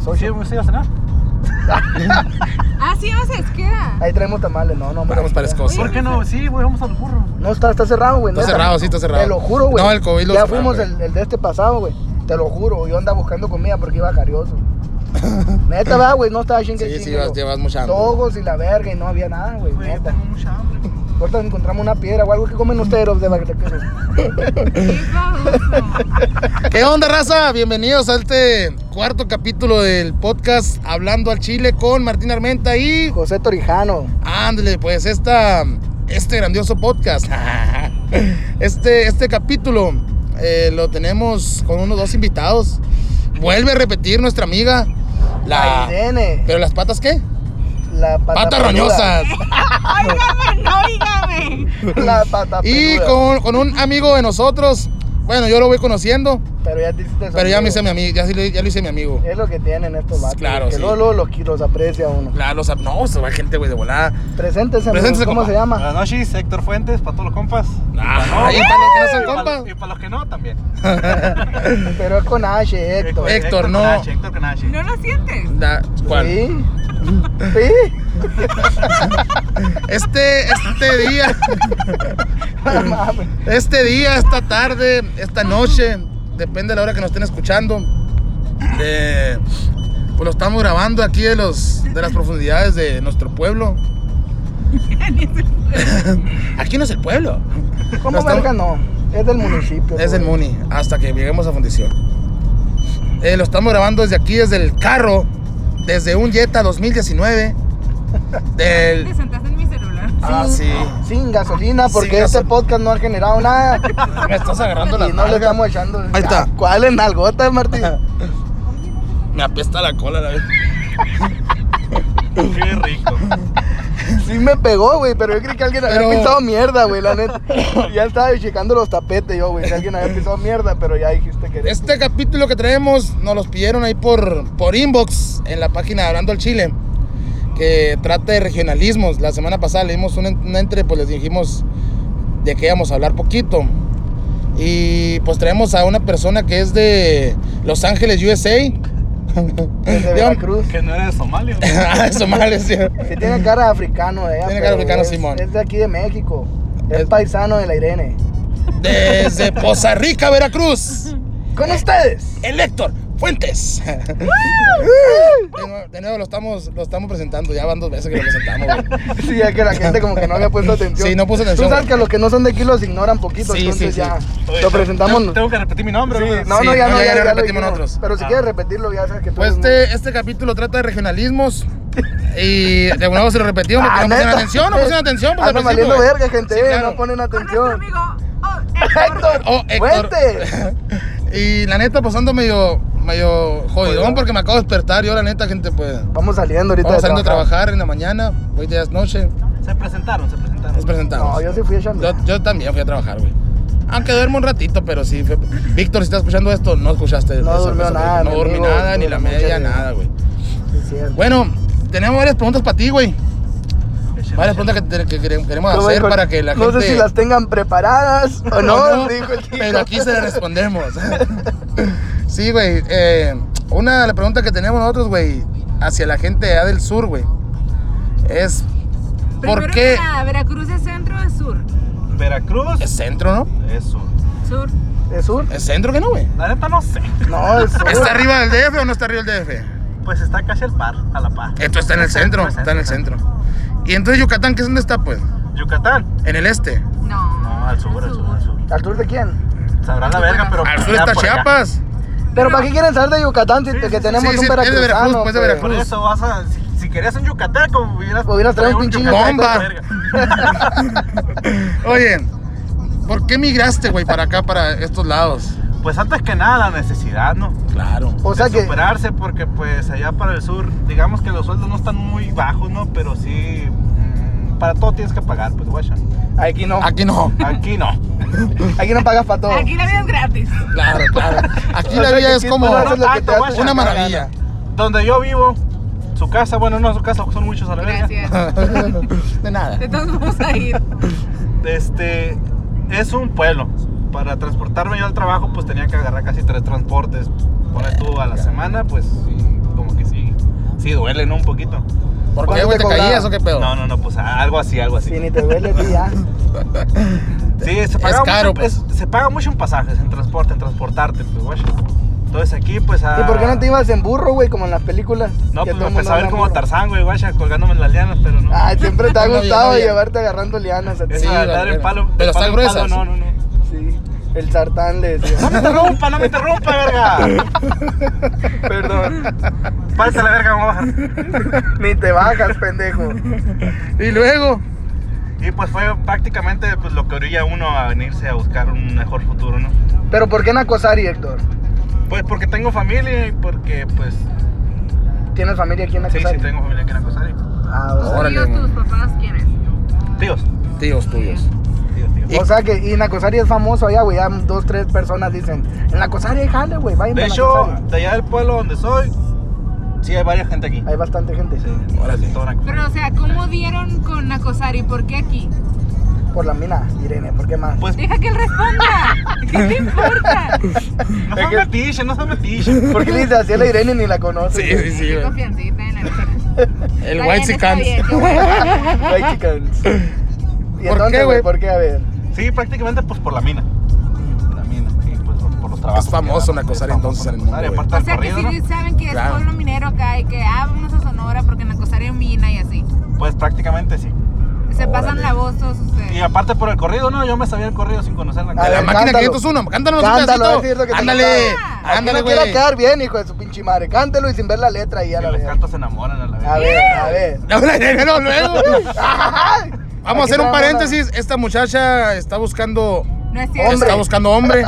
¿Sí a cenar? Sí, vamos a Esqueda. Ahí traemos tamales, no. Vamos para Escocia. ¿Por qué no? Sí, güey, vamos al burro. No, está cerrado, güey. Está cerrado, sí, está cerrado. Te lo juro, güey. No, el COVID lo ya cerraron, fuimos güey. el de este pasado, güey. Te lo juro, yo andaba buscando comida porque iba carioso. Neta, va, güey, no estaba chingue. Sí, llevas mucha hambre. Togos y la verga y no había nada, güey, Güey, neta. tengo mucha hambre. Ahorita encontramos una piedra o algo que comen ustedes los de Baquetequeros. Qué baboso. ¿Qué onda, raza? Bienvenidos a este cuarto capítulo del podcast Hablando al Chile con Martín Armenta y... José Torijano. Ándale, pues este grandioso podcast. Este capítulo lo tenemos con unos dos invitados. Vuelve a repetir nuestra amiga La Irene. ¿Pero las patas qué? La pata Patas peluda. roñosas. Óigame. La pata Y peluda. con un amigo de nosotros. Bueno, yo lo voy conociendo, Pero ya te hiciste pero ya me hice amigo. mi amigo, ya lo hice mi amigo. Es lo que tienen estos vatos. Claro, que sí. luego los aprecia uno. Claro, no, se va gente, güey, de volada. Preséntese, Preséntese, ¿cómo compa. se llama? Buenas noches, Héctor Fuentes, para todos los compas. Y para los que no son compas. Y para los que no, también. Pero es con H, Héctor. Héctor, no. Héctor Canache. ¿No lo sientes? ¿Cuál? Sí. Sí. Este día, No mames. esta tarde, esta noche, depende de la hora que nos estén escuchando. Pues lo estamos grabando aquí de las profundidades de nuestro pueblo. Aquí no es el pueblo. ¿Cómo No verga estamos- no? Es del municipio. Es el güey. Muni, hasta que lleguemos a fundición. Lo estamos grabando desde aquí, desde el carro, desde un Jetta 2019. Te sentaste en mi celular. Sí. Sin gasolina, porque Sin este gasolina. podcast no ha generado nada. Me estás agarrando las Y no le nalgas. estamos echando. Ahí está. ¿Cuáles nalgotas, Martín? Me apesta la cola, la verdad. Qué rico. Sí me pegó, güey, pero yo creí que alguien había Pero- pisado mierda, güey, la neta. Ya estaba checando los tapetes yo, güey, que alguien había pisado mierda, pero ya dijiste que... Este capítulo que traemos nos los pidieron ahí por inbox en la página de Hablando al Chile, que trata de regionalismos. La semana pasada leímos una entre, pues les dijimos de que íbamos a hablar poquito. Y pues traemos a una persona que es de Los Ángeles, USA. Desde Veracruz. Que no eres de Somalia. Somalia, sí. Sí tiene cara de africano, Tiene cara de pero africano, es- Simón. Es de aquí de México. Es Es- paisano de la Irene. Desde Poza Rica, Veracruz. ¡Con ustedes! El Héctor Fuentes. De nuevo lo estamos presentando. Ya van 2 veces que lo presentamos, güey. Sí, es que la gente como que no había puesto atención. Sí, no puso atención, Tú sabes güey. que los que no son de aquí los ignoran poquito, Sí, entonces sí, ya Oye, lo presentamos. Tengo que repetir mi nombre, Sí, güey. no, Sí, no, ya no, no, ya ya repetimos lo dijimos. nosotros. Pero si quieres repetirlo, ya sabes que tú Pues eres este capítulo trata de regionalismos. Y de nuevo se lo repetimos porque Ah, no pusieron ¿neta? atención, no pusieron atención. Pues, Andan al principio, valiendo güey. verga, gente, Sí, claro. no ponen Con nuestro atención. amigo Héctor, Oh, Héctor. Fuentes. Y la neta, pues ando medio jodidón porque me acabo de despertar. Yo, la neta, gente, pues. Vamos saliendo ahorita Vamos saliendo a trabajar en la mañana. Hoy ya es noche. Se presentaron. Nos presentamos. No, yo sí fui echando. Yo también fui a trabajar, güey. Aunque duermo un ratito, pero sí. Víctor, si estás escuchando esto, no escuchaste. No durmió nada, No mi dormí amigo, nada, ni la durmió media, mucho, nada, güey. Sí, es cierto. Bueno, tenemos varias preguntas para ti, güey. Varias preguntas que queremos Como hacer dijo, para que la no gente... sé si las tengan preparadas o no, dijo el chico. pero aquí se las respondemos. Sí, güey. La pregunta que tenemos nosotros, güey, hacia la gente allá del sur, güey, es... ¿Por Primero qué? que nada, ¿Veracruz es centro o es sur? Veracruz. Es centro, ¿no? Eso. Sur. ¿Es sur? ¿Es centro que no, güey? La neta no sé. No, es sur. ¿Está arriba del DF o no está arriba del DF? Pues está casi al par, a la par. Esto está en el centro, está en el centro. Y entonces Yucatán, ¿qué es dónde está, pues? Yucatán. En el este. No. No, al sur, al sur, al sur. ¿Al sur de quién? Sabrán la verga, pero... Al sur ya está por acá. Chiapas. Pero ¿para qué quieren saber de Yucatán si Sí, que sí, tenemos sí, un sí, es de veracruzano? Veracruz, pues, de pues? Veracruz. Por eso vas a... Si querías un Yucatán, como Hubieras traído un pinche Yucatán, bomba. verga. Oye, ¿por qué migraste, güey, para acá, para estos lados? Pues antes que nada, la necesidad, ¿no? Claro. O sea De que superarse, porque pues allá para el sur, digamos que los sueldos no están muy bajos, ¿no? Pero sí, para todo tienes que pagar, pues, guacha. aquí no. Aquí no. Aquí no. Aquí no pagas para todo. Aquí la vida es gratis. Claro, claro. Aquí O la sea vida que es aquí como tú haces lo que te hace una la maravilla. Donde yo vivo, su casa, bueno, no su casa, son muchos a la verga. Gracias. De nada. De todos vamos a ir. Es un pueblo. Para transportarme yo al trabajo, pues tenía que agarrar casi 3 transportes. Pones tú a la semana, pues como que sí duele, ¿no? Un poquito. ¿Por qué, ¿Cuánto güey? te ¿Te caías cobraba? o qué pedo? No, pues algo así. Si ni te duele, sí, ya. Sí, se paga, caro, mucho, pues. se paga mucho en pasajes, en transporte, en transportarte, pues, güey. Entonces aquí, pues... ¿Y por qué no te ibas en burro, güey, como en las películas? No, Que pues todo me el mundo empezaba a anda ver en como burro. Tarzán, güey, guacha, colgándome en las lianas, pero no. Ay, siempre te ha No, no, gustado no, ya. llevarte agarrando lianas a ti. Esa sí, de dar vale, el palo. pero el están palo en gruesas. palo, no. Sí, el sartán le decía. No me interrumpa, verga. Perdón, Párate la verga, vamos a bajar. ni te bajas, pendejo. Y luego, Y pues fue prácticamente pues, lo que orilla a uno a venirse a buscar un mejor futuro, ¿no? Pero ¿por qué Nacosari, Héctor? Pues porque tengo familia y porque, pues... ¿Tienes familia aquí en Sí, Nacosari? tengo familia aquí en Acosari. Ah, o sea, Órale, ¿Tíos, tus papás, quiénes? Tíos. tíos tuyos. Tíos. o sea que y Nacosari es famoso allá, güey. Ya 2, 3 personas dicen, en Nacosari hay jale, güey, vayan De para hecho, Nacosari. de allá del pueblo donde soy, sí hay varias gente aquí. Hay bastante gente. Sí, Órale. toda Nacosari. Pero, o sea, ¿cómo dieron con Nacosari? ¿Por qué aquí? Por la mina, Irene, ¿por qué más? Pues Deja que él responda. ¿Qué te importa? no son metiches, no son metiches. ¿Por qué le dices así a la Irene ni la conoce? Sí, sí, sí, Qué güey. confiancita en la vida. El Está White bien, está Sicans. bien, qué bueno. Ay, chicas. ¿Y ¿Por entonces, qué, güey? ¿Por qué? A ver. Sí, prácticamente pues por la mina. La mina, sí, pues por los trabajos. Es famoso que da, Nacosari, es famoso entonces, en el Nacosari, mundo, aparte O del sea, que corrido, sí ¿no? saben que es Claro. pueblo minero acá y que, vamos a Sonora porque en Nacosari hay mina y así. Pues prácticamente sí. Se pasan Órale. la voz todos ustedes. Y aparte por el corrido, no, yo me sabía el corrido sin conocer la A De ver, la máquina cántalo. 501, cántanos un Cántalo, a ver si es pedacito. lo que te Ándale, gustaba. Aquí ándale, no quiera güey. quedar bien, hijo de su pinche madre. Cántelo y sin ver la letra y Y ya la los veo. cantos se enamoran a la vez. A ver, a ver. No, luego. Vamos a hacer un Aquí paréntesis. Esta muchacha está buscando No es cierto. Hombre. Está buscando hombre.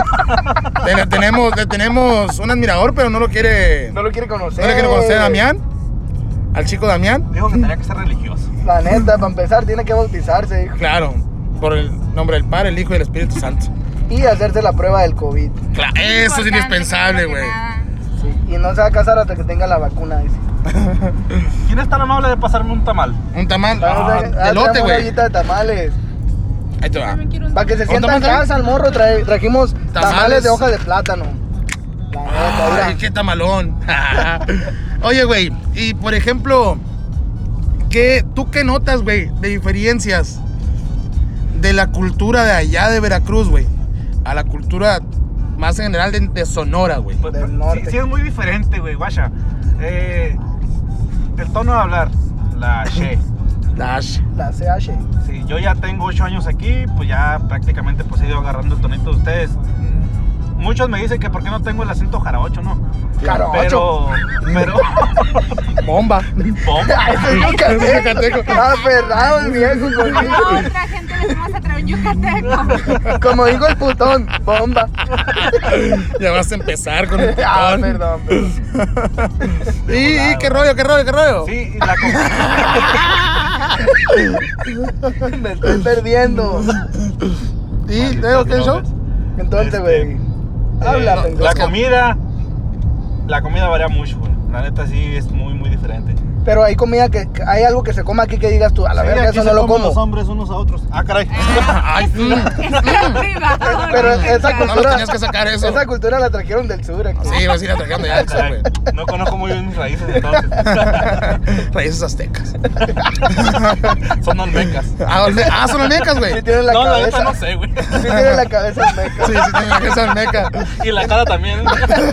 Le tenemos un admirador, pero no lo quiere. No lo quiere conocer. No le quiere conocer a Damián. Al chico Damián. Dijo que tenía que ser religioso. La neta, para empezar, tiene que bautizarse, hijo. Claro. Por el nombre del Padre, el Hijo y el Espíritu Santo. Y hacerse la prueba del COVID. Claro, eso es Importante, indispensable, primero que güey. nada. Sí. Y no se va a casar hasta que tenga la vacuna, dice. ¿Quién es tan amable de pasarme un tamal? Un tamal. Vamos a Elote, traemos una güey. ollita de tamales. Ahí te va. También quiero un- Para que se sienta en tamal también? casa, el morro, trajimos tamales Tamales. de hoja de plátano. La neta, Ay, mira. qué tamalón. Oye, güey, y por ejemplo, ¿tú qué notas, güey, de diferencias de la cultura de allá de Veracruz, güey, a la cultura más en general de Sonora, güey? Pues, Del sí, norte. sí es muy diferente, güey, guacha. El tono de hablar, la she. Dash. La CH. Sí, yo ya tengo 8 años aquí, pues ya prácticamente pues he ido agarrando el tonito de ustedes. Muchos me dicen que por qué no tengo el acento jarocho, ¿no? Jarocho. Pero Bomba. bomba. Ay, soy yucateco. Aferrado el viejo A conmigo. la otra gente le decimos a traer un yucateco. Como dijo el putón, bomba. Ya vas a empezar con el Ah, putón. perdón. ¿Y qué rollo, qué rollo, qué rollo? Sí, y la Me estoy perdiendo. ¿Y luego qué show? Entonces, güey. Habla, la pendejo. comida varía mucho, güey. La neta sí es muy, muy diferente. Pero hay comida hay algo que se coma aquí que digas tú, a la Sí, verga, aquí eso se no lo comen los como. hombres unos a otros. Ah, caray. Ay, Es privado. Pero no esa te No, cultura, tenías que sacar eso. esa cultura la trajeron del sur aquí. Sí, vas a ir a trajeron de Alza, Caray, güey. no conozco muy bien mis raíces entonces. Raíces aztecas. Son olmecas. Son olmecas, güey. Sí tiene la No, la cabeza. neta no sé, güey. Sí tiene la cabeza en meca. Sí, tiene la cabeza olmeca. Y la cara también.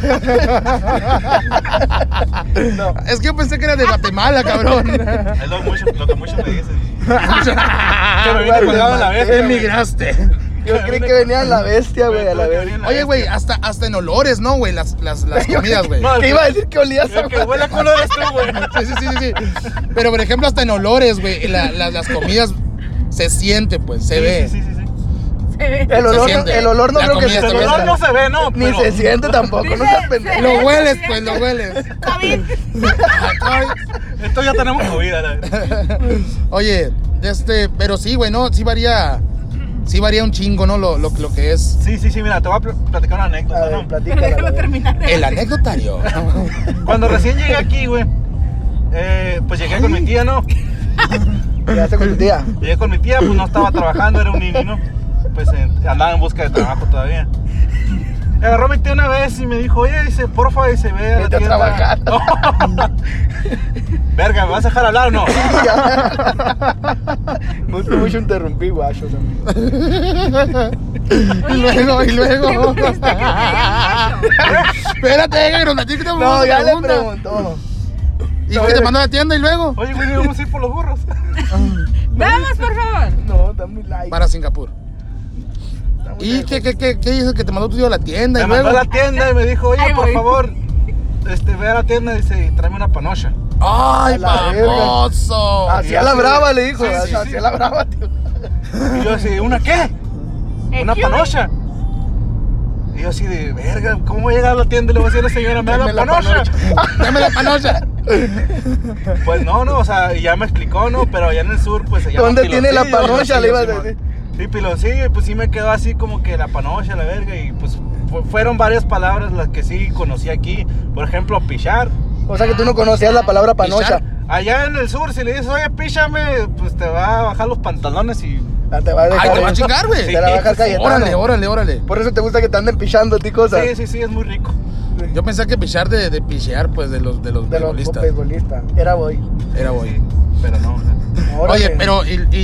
No. Es que yo pensé que era de Guatemala, cabrón. Es lo que muchos me dicen. Que me vine colgado en la vez. Emigraste. Yo creí que venía la bestia, güey, a la vez. Oye, güey, hasta en olores, ¿no, güey? Las comidas, güey. No, ¿Qué iba a decir que olías a El que huele a culo eres tú, güey. Sí. Pero, por ejemplo, hasta en olores, güey, las comidas se siente, pues, se ve. Sí. El olor, siente. el olor no La creo que comida se El está olor no se ve, no, Ni pero se siente tampoco, no seas pendejo. Lo hueles, pues, lo hueles. COVID. Ay, esto ya tenemos COVID, la verdad. oye, pero sí, güey, ¿no? Sí varía un chingo, ¿no? Lo que es Sí, mira, te voy a platicar una A anécdota, ver, ¿no? Pero platícala. déjalo a ver. terminar. el anecdotario. Cuando recién llegué aquí, güey, pues llegué con mi tía, ¿no? Llegaste con tu tía. Llegué con mi tía, pues no estaba trabajando, era un niño, ¿no? Pues andaba en busca de trabajo todavía. Me agarró mi tía una vez y me dijo, oye, dice, porfa, dice, ve a la Vete a tienda. trabajar. No. Verga, ¿me vas a dejar hablar o no? Me gusta mucho interrumpir, guacho. Y luego. Espérate, que nos platique, te No, ya le pregunta. preguntó. ¿Y qué te mandó a la tienda y luego? Oye, güey, vamos a ir por los burros. Vamos, por favor. No, da muy like. Para Singapur. Está muy ¿Y lejos. qué dices que te mandó tu tío a la tienda y Me mandó luego? a la tienda y me dijo, oye, Ahí por voy. favor, ve a la tienda y dice, tráeme una panocha. ¡Ay, A la verga. baboso! Así a la brava le dijo. Sí, sí, Así sí. a la brava, tío. Y yo así, ¿una qué? Una panocha. Y yo así de, verga, ¿cómo voy a llegar a la tienda y le voy a decir a la señora, me da Dame la la panocha? ¡Dame la panocha! Pues no, o sea, y ya me explicó, ¿no? Pero allá en el sur, pues se llama ¿Dónde tiene la piloncillo, panocha? Le ibas a Simón. decir. Sí, piloncillo, pues sí me quedó así como que la panocha, la verga, y pues fueron varias palabras las que sí conocí aquí. Por ejemplo, pichar. O sea que tú no conocías la palabra panocha. Allá en el sur, si le dices, oye, píchame, pues te va a bajar los pantalones y... Ah, te va a dejar. ¡Ay, te va a ahí. chingar, güey! Te la va a dejar Sí, Cayetano. Órale. Por eso te gusta que te anden pichando a ti cosas. Sí, es muy rico. Yo pensé que pichar de pichear, pues, de los De los beisbolistas. beisbolistas. Era boy. Era voy. Pero no, o sea, Órale. Oye, pero,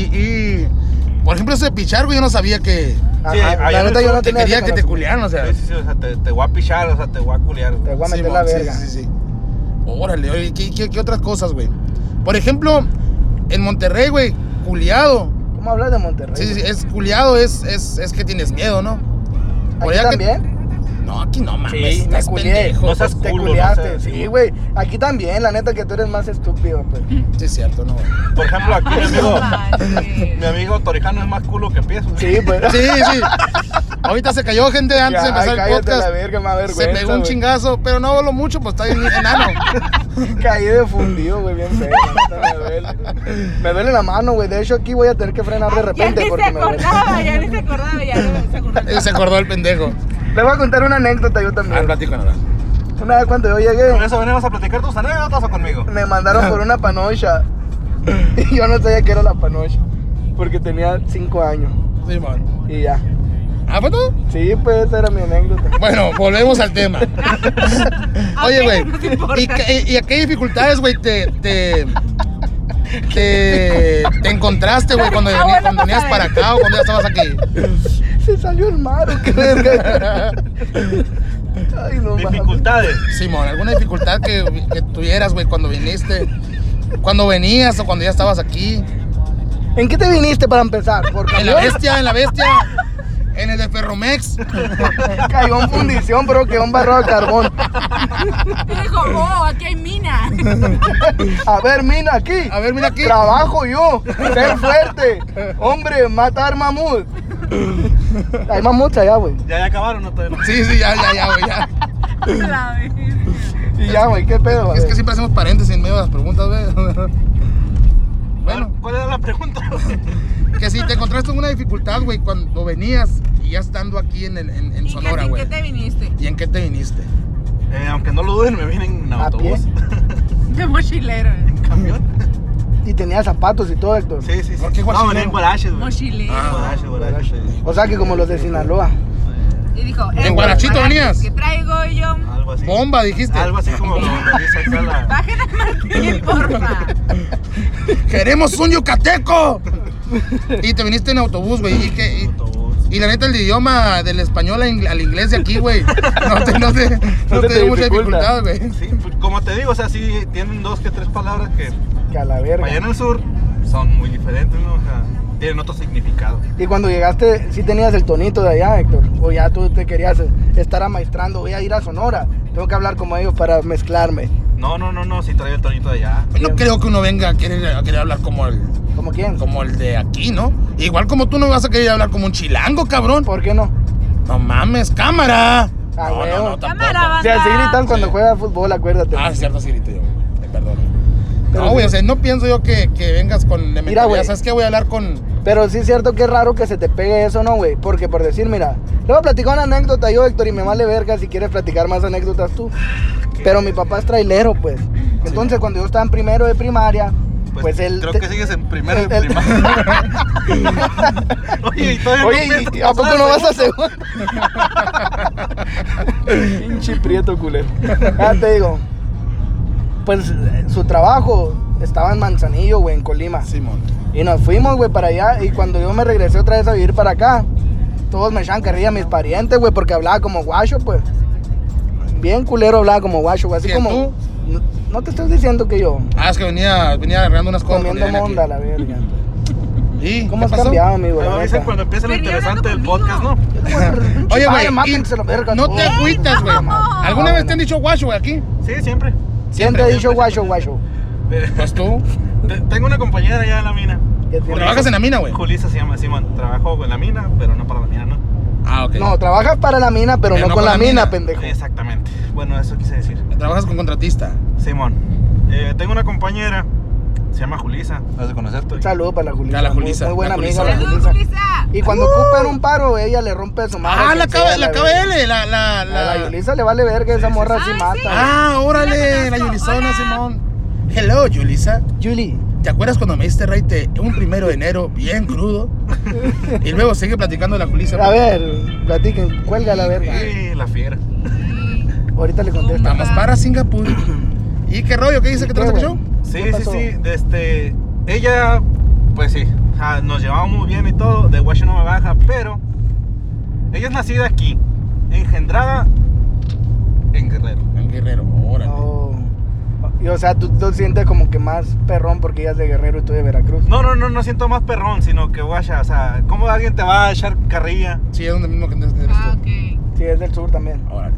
por ejemplo, eso de pichar, güey, yo no sabía que Sí, Ajá, allá la en neta el yo sur no te tenía quería ese que te conocimiento. culiaran, o sea. sí, o sea, te voy a pichar, o sea, te voy a culiar. Te voy a meter Simón, la verga. Sí. Órale, oye, ¿qué otras cosas, güey? Por ejemplo, en Monterrey, güey, culiado. ¿Cómo hablas de Monterrey? Sí, es culiado, es que tienes miedo, ¿no? Por ¿Aquí allá que- también? No, aquí no mames, Sí, estás me culié. pendejo. No seas Te culo, culiaste. no sé. Sí, güey. Aquí también, la neta que tú eres más estúpido, pues. Sí, es cierto, no, güey. Por ejemplo, aquí No manches. mi amigo Torijano es más culo que pies. güey. Sí, pues. Sí. Ahorita se cayó gente antes de Ay, empezar el cállate podcast. la verga, me da Se vergüenza, pegó un güey. chingazo, pero no voló mucho, pues está bien enano. Caí de fundido, güey, bien feo. la neta, me duele. Me duele la mano, güey. De hecho, aquí voy a tener que frenar de Ya repente ni se porque me duele. acordaba, ya ni se acordaba, ya no se acordaba. Se acordó el pendejo. Le voy a contar una anécdota yo también. Platico nada. Una vez cuando yo llegué, ¿Con eso venimos a platicar tus anécdotas o conmigo? me mandaron por una panocha. Y yo no sabía que era la panocha. Porque tenía 5 años. Sí, man. Y ya. ¿Ah, fue todo? Sí, pues esa era mi anécdota. Bueno, volvemos al tema. Oye, güey, Apenas nos importa. ¿y a qué dificultades, güey, te encontraste, güey, cuando bueno, cuando venías pasa para de- acá o cuando ya estabas aquí? Se salió el mar, ¿o qué verga? Ay, no mames. Dificultades. Simón, ¿alguna dificultad que tuvieras, güey, cuando viniste? Cuando venías o cuando ya estabas aquí. ¿En qué te viniste para empezar? ¿Por En la camión? bestia. En el de Ferromex. Cayó en fundición, pero quedó embarrado de carbón. Y dijo, oh, aquí hay mina. A ver, mina, aquí. A ver, mira aquí. Trabajo yo. Ser fuerte. Hombre, matar mamut. Hay mamuts allá, güey. Ya acabaron, no todavía no. Sí, ya, güey, ya. La bestia. Y ya, güey, ¿qué pedo? A Es ver. que siempre hacemos paréntesis en medio de las preguntas, güey. Bueno, ¿Cuál era la pregunta? que si te encontraste una dificultad, güey, cuando venías y ya estando aquí en ¿Y Sonora, en güey. qué te viniste? ¿Y en qué te viniste? Aunque no lo duden, me vienen en ¿A pie? autobús. De mochilero. ¿En camión? Y tenía zapatos y todo, Héctor. Sí. ¿Por qué No, guachilero? venía en guaraches, güey. Mochilero. Guaraches, sí. O sea que como los de Sinaloa. Y dijo, ¿En Guarachito venías? ¿Qué traigo yo? Algo así. Bomba, dijiste. Algo así como lo dice acá la... Bajen a Martín, porfa. ¡Queremos un yucateco! Y te viniste en autobús, güey. autobús. Y la neta, el idioma del español al inglés de aquí, güey. No te dio mucha dificulta. dificultad, güey. Sí, pues, como te digo, o sea, sí tienen 2 que 3 palabras que Que a la verga. allá en el sur son muy diferentes, ¿no? O sea, tienen otro significado. Y cuando llegaste, ¿sí tenías el tonito de allá, Héctor? ¿O ya tú te querías estar amaestrando? Voy a ir a Sonora. Tengo que hablar como ellos para mezclarme. No, sí traía el tonito de allá. No creo que uno venga a querer hablar como ¿Como quién? el de aquí, ¿no? Igual como tú no vas a querer hablar como un chilango, cabrón. ¿Por qué no? No mames, cámara. Ah, No, huevo. tampoco. Cámara, O sea, así gritan cuando Sí. juega fútbol, acuérdate. Ah, es cierto, sí grito yo. Perdón. Pero No, güey, sí. o sea, no pienso yo que vengas con de mentalidad. güey. ¿Sabes qué? Voy a hablar con... Pero sí es cierto que es raro que se te pegue eso, ¿no, güey? Porque por decir, mira, le voy a platicar una anécdota yo, Héctor, y me vale verga si quieres platicar más anécdotas tú. Pero mi papá es trailero, pues. Entonces, cuando yo estaba en primero de primaria, pues él... Creo que sigues en primero de él- primaria. Oye, y todavía Oye, no ¿y piensas a poco pasar no a vas a segundo? segundo? Pinche prieto culero. Ya te digo. Pues su trabajo estaba en Manzanillo, güey, en Colima. Simón. Y nos fuimos, güey, para allá. Y cuando yo me regresé otra vez a vivir para acá, todos me echaban carrilla, mis parientes, güey, porque hablaba como guacho, pues. Bien culero hablaba como guacho, güey. Así ¿Quién, como. tú? No te estoy diciendo que yo. Ah, es que venía agarrando unas cosas. Comiendo monda, la verga. ¿Y ¿Cómo qué has pasó? cambiado, amigo? Pero la dicen neta? cuando empieza lo Venía interesante del hablando podcast, ¿no? conmigo. Oye, Padre, güey, mátense la verga no todos. te agüitas, güey. ¿Alguna vez te han dicho guacho, güey, aquí? Sí, siempre. ¿Quién te ha dicho guacho, guacho? Pues tú. Tengo una compañera allá en la mina. ¿Qué tiene? ¿Trabajas en la mina, güey? Julissa se llama Simón. Trabajo en la mina, pero no para la mina, ¿no? Ah, ok. No, trabajas para la mina, pero no con la mina, pendejo. Exactamente. Bueno, eso quise decir. Trabajas con contratista. Simón. Tengo una compañera. Se llama Julissa. ¿Has de conocerte? Un saludo para la Julissa. A la Julissa, Muy buena la amiga, Julissa. la ¡Saludos, Julissa. Julissa! Y cuando ocupa un paro, ella le rompe su madre. Ah, quien la sea, verga. KBL, A la la... Julissa le vale verga, esa morra sí Ay, mata. sí. Ah, órale, la conozco. Yulisona, Hola. Simón. Hello, Yulisa. Julie. ¿Te acuerdas cuando me diste raite un 1 de enero bien crudo? Y luego sigue platicando la Julisa. A ver, platiquen, cuelga la verga. Sí, la fiera. Ahorita le contesta. Vamos para Singapur. ¿Y qué rollo? ¿Qué dice que te ¿Qué, lo güey? escuchó? Sí, ¿Qué sí, pasó? sí. Ella, pues sí, nos llevamos muy bien y todo. De Washington no me baja, pero ella es nacida aquí, engendrada en Guerrero. En Guerrero, órale. Oh. Y o sea, tú sientes como que más perrón porque ella es de Guerrero y tú de Veracruz. No siento más perrón, sino que guacha, o sea, ¿cómo alguien te va a echar carrilla? Sí, es donde mismo que eres Ah, tú. ok. Sí, es del sur también. Órale.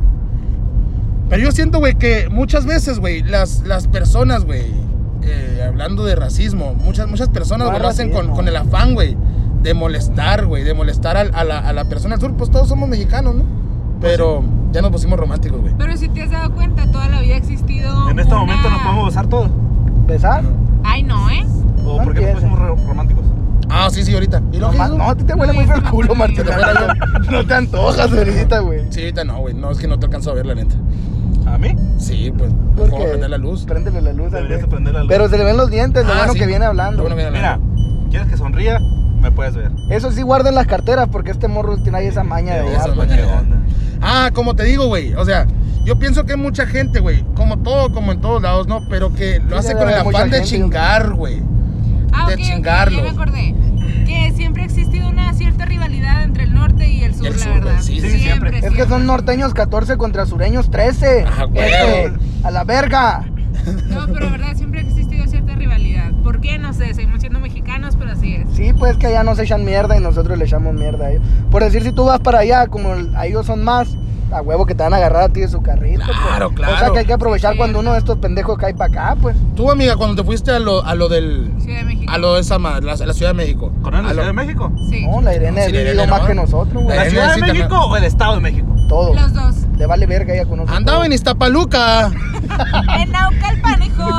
Pero yo siento, güey, que muchas veces, güey, las personas, güey, hablando de racismo, muchas personas, No güey, es lo hacen racismo. con el afán, güey, de molestar, güey, de molestar a la persona del sur. Pues todos somos mexicanos, ¿no? Pero ya nos pusimos románticos, güey. Pero si te has dado cuenta, toda la vida ha existido. En este una- momento nos podemos besar todos. ¿Besar? Ay, no, ¿eh? ¿O No por qué nos empieces. pusimos románticos? Ah, sí, ahorita. ¿Y lo No, que ma- hizo? no, a ti te huele muy feo el culo, Martín. Te fuera No te antojas ahorita, güey. Sí, ahorita no, güey. No, es que no te alcanzo a ver, la neta. ¿A mí? Sí, pues, ¿Por ¿cómo qué? prender la luz? Préndele la luz. al Deberías de güey. prender la luz. Pero se le ven los dientes, lo Ah, bueno sí. que viene hablando. Lo bueno que viene Mira, hablando. ¿quieres que sonría? Me puedes ver. Eso sí, guarden las carteras porque este morro tiene ahí esa maña de Esa allá. maña ¿Qué de allá. onda? Ah, como te digo, güey. O sea, yo pienso que hay mucha gente, güey. Como en todos lados, ¿no? Pero que lo hace debe con el haber mucha afán de gente, chingar, güey. Ah, De ok, chingarlos. ya me acordé. Que siempre ha existido una cierta rivalidad entre el norte y el sur, Y el la sur, verdad. güey, sí, sí, siempre. Es que son norteños 14 contra sureños 13. Ah, güey. A la verga. No, pero verdad, siempre ha existido cierta rivalidad. ¿Por qué? No sé, seguimos siendo mexicanos, pero así es. Sí, pues que allá nos echan mierda y nosotros le echamos mierda a ellos. Por decir, si tú vas para allá, como a ellos son más, a huevo que te van a agarrar a ti de su carrito. Claro, pues. claro. O sea que hay que aprovechar Sí, cuando uno de estos pendejos cae para acá, pues. Tú, amiga, cuando te fuiste a lo del... Ciudad de México. A lo de esa madre, la Ciudad de México. ¿Con él en la A lo- Ciudad de México? Sí. No, la Irene No, ha sí, la vivido Irene, más ¿no? que nosotros, güey. La ¿La Irene Ciudad de sí México también. o el Estado de México? Todo. Los dos. Le vale verga, ella conoce. Andaba todo. en Iztapaluca. En Naucalpan, hijo.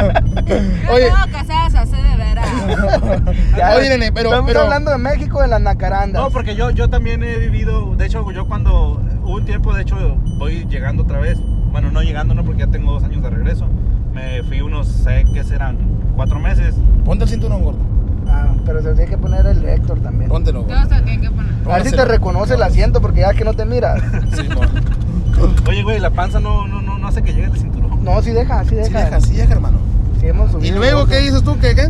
Yo Oye. tengo casadas así de veras. Ya, Oye, nene, estamos hablando de México, de las nacarandas. No, porque yo también he vivido, de hecho, yo cuando hubo un tiempo, de hecho, voy llegando otra vez, bueno, no llegando, no, porque ya tengo 2 años de regreso, me fui unos, sé qué serán, 4 meses. Ponte el cinturón, gordo. Ah, pero se tiene que poner el Héctor también. Póntelo, Todos gordo. se tienen que poner. A ver si te Póngaselo. reconoce el asiento, porque ya es que no te mira. Sí, mo. Oye, güey, la panza no hace que llegue el cinturón. No, sí deja, sí deja. Sí, deja, hermano. Sí hemos ¿Y subido luego gordo. qué dices tú? ¿Qué?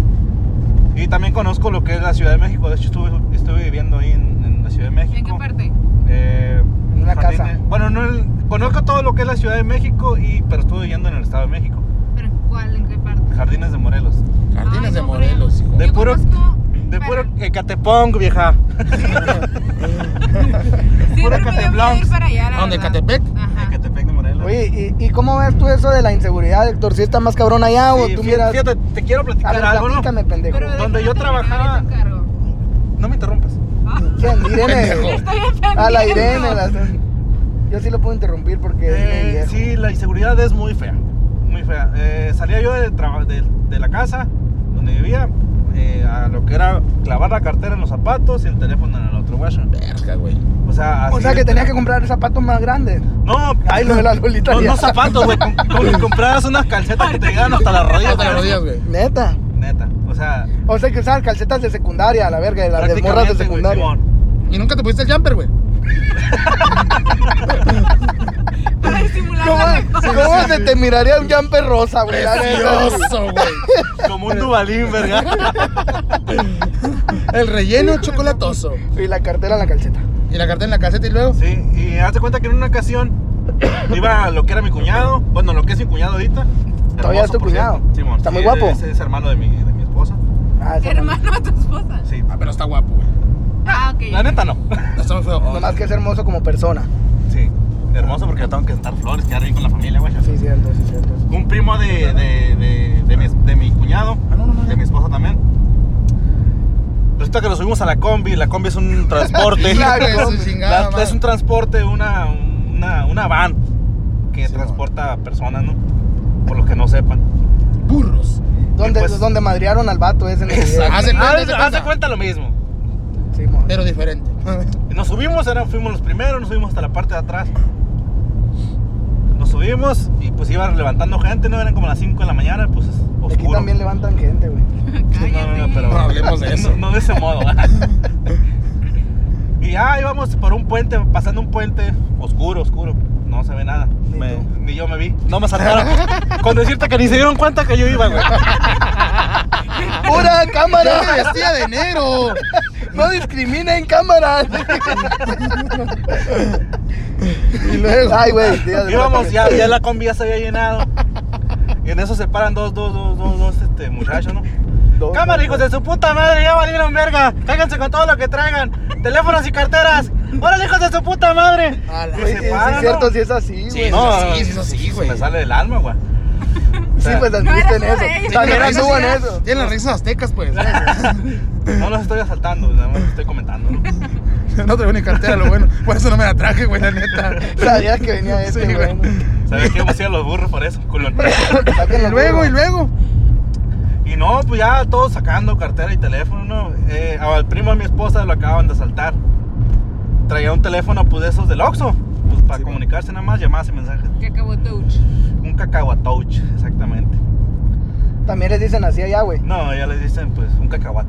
Y también conozco lo que es la Ciudad de México, de hecho estuve viviendo ahí en la Ciudad de México. ¿En qué parte? En una Jardines- casa. Bueno, conozco todo lo que es la Ciudad de México, pero estuve viviendo en el Estado de México. ¿Pero cuál? ¿En qué parte? Jardines de Morelos. Jardines Ay, de no Morelos, creo. hijo. De Yo puro- conozco- De pero- puro Ecatepong, vieja. Siempre me dio Cateblonx. ir para allá, la ¿Dónde, verdad. Ecatepec? Ajá. Ecatepec de Morelos. Oye, ¿y cómo ves tú eso de la inseguridad, Héctor? ¿Si está más cabrón allá o Sí, tú miras? fíjate, te quiero A platicar ver, algo, ¿no? platícame, pendejo. Pero Donde yo déjame terminar, trabajaba- yo te encargo. No me interrumpas. ¿Quién? Irene. Pendejo. Estoy entendiendo. A la Irene. Yo sí lo puedo interrumpir porque es mi viejo. Sí, la inseguridad es muy fea. Muy fea. Salía yo de la casa donde vivía a lo que era clavar la cartera en los zapatos y el teléfono en el otro, güey. Verga, güey. O sea, O sea que tenías que comprar zapatos más grandes. No, Ay, lo de la Lolita no, ya. no zapatos, güey. Compraras unas calcetas que te llegan hasta las rodillas. Hasta las rodillas, güey. Neta. Neta. O sea, Que usabas calcetas de secundaria, a la verga, de las de morras de prácticamente, güey, secundaria. Simón. ¿Y nunca te pusiste el jumper, güey? Pero disimular la mejor. ¿Cómo se te miraría un jumper rosa, güey? La neta. Precioso, güey. Como un Dubalín, verga. El relleno chocolatoso. Y la cartera en la calceta. Y la carta en la caseta y luego. Sí, y hazte cuenta que en una ocasión iba lo que era mi cuñado, bueno, lo que es mi cuñado ahorita. ¿Todavía es tu por cuñado? cierto. Simón, ¿Está sí, muy guapo? Es hermano de mi esposa. Ah, esa Hermano de tu esposa. Sí. Ah, pero está guapo, güey. Ah, ok. La neta no. No está muy feo. no. Nomás que es hermoso como persona. Sí. Hermoso porque yo tengo que estar flores, quedar bien con la familia, güey. Sí, cierto, sí, cierto. Un primo de mi cuñado, de mi esposa también. Resulta que lo subimos a la combi. La combi es un transporte. La Hijo de combi. su chingada madre. Es un transporte, una van que Sí, transporta personas, ¿no? Por los que no sepan. Burros. Donde madrearon al vato ese en el video. Haz de cuenta. Haz de cuenta lo mismo. Sí, mon. Pero diferente. Y nos subimos, fuimos los primeros, nos subimos hasta la parte de atrás. Nos subimos y pues iba levantando gente, ¿no? Eran como las 5 de la mañana, pues oscuro. Aquí también levantan gente, güey. No, pero No hablemos de eso. No de ese modo. Y ya íbamos por un puente, pasando un puente oscuro. No se ve nada. Ni yo me vi. No me saltaron. Con decirte que ni se dieron cuenta que yo iba, güey. ¡Pura cámara! ¡Ya me vestía de negro! ¡No discriminen cámaras! Y luego. Ay, güey. Íbamos, ya la combi ya se había llenado. Y en eso se paran dos muchachos, ¿no? Cámara, hijos de su puta madre, ya valieron verga. Cáiganse con todo lo que traigan. Teléfonos y carteras. ¡Órale, hijos de su puta madre! A la- Güey, se sí, paran, es cierto, ¿no? sí es así, Sí, güey. es así, güey. Me sale del alma, güey. Sí, pues No anduviste era en solo eso. ellos. También Tienen anduvo en raíces- eso. Tienen las raíces aztecas, pues. No los estoy asaltando, nada más los estoy comentando, ¿no? No traigo ni cartera, lo bueno. Por eso no me la traje, güey, la neta. Sabías que venía este, Sí, güey. güey. ¿Sabes qué? Hemos ido a los burros por eso, culón. Sáquenlo, Y luego. Y no, pues ya todos sacando cartera y teléfono, ¿no? Al primo de mi esposa lo acaban de asaltar. Traía un teléfono, pues de esos del Oxxo, pues para comunicarse nada más, llamadas y mensajes. Que acabó touch. Un cacahuatouch, exactamente. También les dicen así allá, güey. No, ya les dicen, pues, un cacahuate.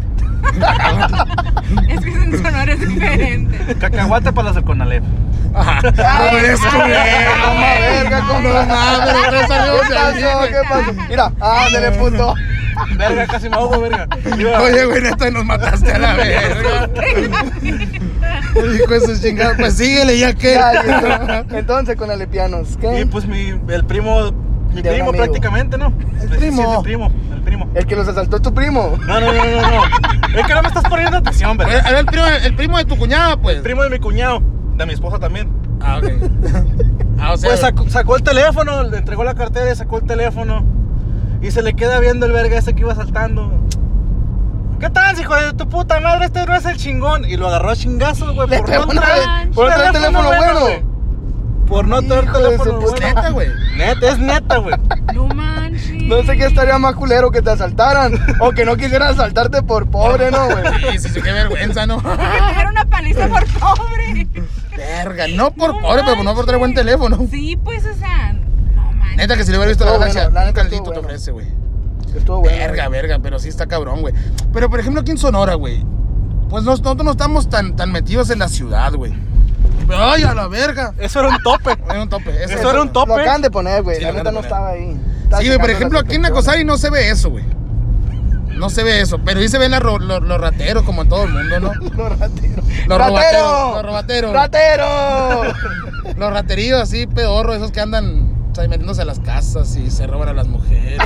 Es que en Sonora es diferente. Cacahuate para los del Conalep. Ajá. Ay, No, es Toma verga, compa. No mames, tres amigos ¿Qué de ahí, pasó? güey. ¿Qué pasó? Mira, ándale, puto. Verga, casi me ahogo, verga. Oye, güey, neta, nos mataste a la verga. Hijo de sus chingadas. Pues síguele, ya que. Ya, entonces, con alepianos, Y ¿qué? pues el primo, De un amigo. prácticamente, ¿no? El Pues, sí, primo. sí, el primo. El que los asaltó es tu primo. No. Es que no me estás poniendo atención, verga. Era el primo de tu cuñada, pues. El primo de mi cuñado, de mi esposa también. Ah, ok. Ah, o sea. Pues sacó el teléfono, le entregó la cartera y sacó el teléfono. Y se le queda viendo el verga ese que iba saltando. ¿Qué tal, hijo de tu puta madre? Este no es el chingón. Y lo agarró a chingazos, güey. Le Por pegó no una traer vez, por no traer teléfono bueno. güey. Por no traer Hijo de teléfono su bueno. puta- neta, güey. Neta, es neta, güey. No manches. No sé qué estaría más culero, que te asaltaran o que no quisieran asaltarte por pobre, ¿no, güey? Sí, qué vergüenza, ¿no? Era una paliza por pobre. Verga, no por No pobre, pero no por traer buen manches. teléfono. Sí, pues, o sea, no manches. Neta que si le hubiera visto la Estuvo galaxia, bueno, la un neta caldito estuvo te bueno. ofrece, güey. Estuvo bueno. Verga, pero sí está cabrón, güey. Pero por ejemplo aquí en Sonora, güey, pues nosotros no estamos tan metidos en la ciudad, güey. Ay, a la verga. Eso era un tope. Era un tope. Eso era un tope. Lo acaban de poner, güey. Sí, La lo neta acaban no de estaba ahí. Sí, güey, por ejemplo, aquí en Nacosari no se ve eso, güey. No se ve eso, pero sí se ven los rateros como en todo el mundo, ¿no? Los rateros. Los ¡Ratero! Los robateros. ¡Ratero! Los rateríos así, pedorros, esos que andan, o sea, metiéndose a las casas y se roban a las mujeres.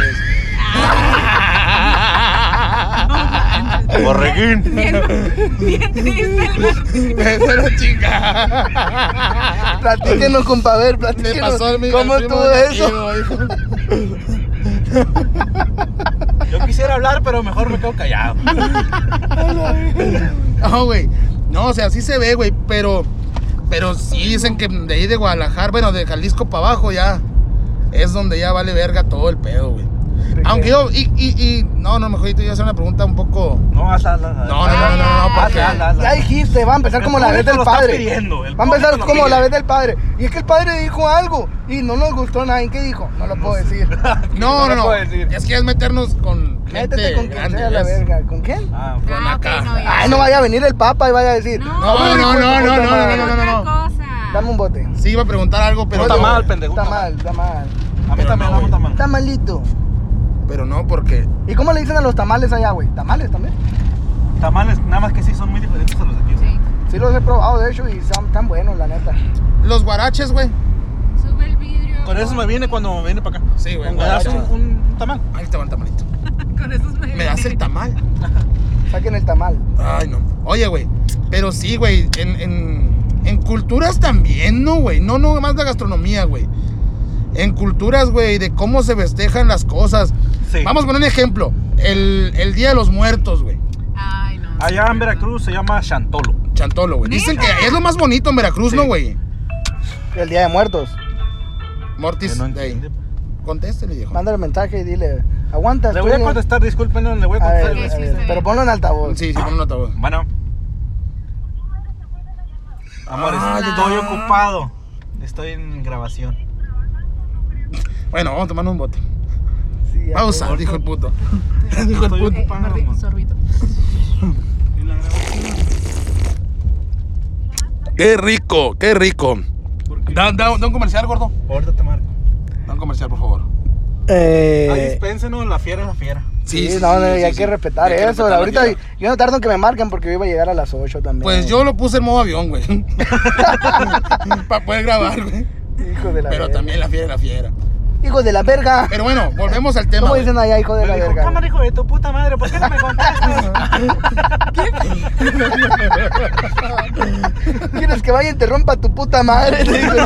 Borreguín. Bien triste el Esa era chinga. Platíquenos, compa, a ver, Me platíquenos. pasó al ¿Cómo al primo estuvo de eso? hijo. Yo quisiera hablar, pero mejor me quedo callado. No, güey. No, o sea, sí se ve, güey, pero sí dicen que de ahí de Guadalajara, bueno, de Jalisco para abajo ya es donde ya vale verga todo el pedo, güey. Aunque yo, no, mejor yo te voy a hacer una pregunta un poco. No, hazla. No, porque. Ya dijiste, va a empezar como la vez del padre. Va a empezar como la vez del padre. Y es que el padre dijo algo y no nos gustó nada. ¿Y qué dijo? No lo puedo decir. No, No lo puedo decir. Es que es meternos con gente Métete con quien grande, sea la ¿ves? verga. ¿Con quién? Ah, Con Ah, acá. ok, no, ya. Ay, no vaya a venir el papa y vaya a decir. No, No. otra cosa. Dame un bote. Sí, iba a preguntar algo, pero Está no. mal, pendejo. Está mal. A mí Pero también, no, no, güey. está mal. Está malito. Pero no, porque... ¿Y cómo le dicen a los tamales allá, güey? ¿Tamales también? Tamales, nada más que sí son muy diferentes a los de aquí. Sí. Sí los he probado, de hecho, y son tan buenos, la neta. Los guaraches, güey. Sube el vidrio. Con eso me viene cuando me viene para acá. Sí, güey. Me das un tamal. Ahí te va el tamalito. Con esos Me das el tamal. Saquen el tamal. Ay, no. Oye, güey. Pero sí, güey. En culturas también, ¿no, güey? No más la gastronomía, güey. En culturas, güey, de cómo se festejan las cosas. Sí. Vamos con un ejemplo. El Día de los Muertos, güey. Ay, no. Allá en Veracruz se llama Chantolo. Chantolo, güey. Dicen ¿Neta? que es lo más bonito en Veracruz, Sí. ¿no, güey? El Día de Muertos. Mortis Yo no Day. entiendo. Contéstele, viejo. Mándale mensaje y dile, aguanta. Le voy a estoy- contestar, disculpen, no, le voy a A ver, contestar. Sí, a sí, ver, está pero bien. ponlo en altavoz. Sí, pon un ataúd. Bueno. Amores, Ah, estoy no. ocupado. Estoy en grabación. Bueno, vamos a tomar un bote. Sí, ya Pausa, sé. dijo el puto. Dijo el Estoy puto. ocupado. amor. Sorbito. En la grabación. Qué rico, qué rico. ¿Por qué? Da un comercial, gordo. Ahorita te marco. Da un comercial, por favor. Ahí dispénsenos, la fiera es la fiera. Sí, no, y hay que respetar Hay que eso. respetar la Ahorita vida. yo no tardo en que me marquen porque yo iba a llegar a las 8 también. Pues yo lo puse en modo avión, güey. Para poder grabar, güey. Hijo de la Pero verga. también la fiera es la fiera. Hijo de la verga. Pero bueno, volvemos al tema. ¿Cómo güey. dicen allá, hijo de Me la dijo, verga? cámara, hijo de tu puta madre, ¿por qué no me contestas? ¿Quieres que vaya y te rompa tu puta madre? Le digo.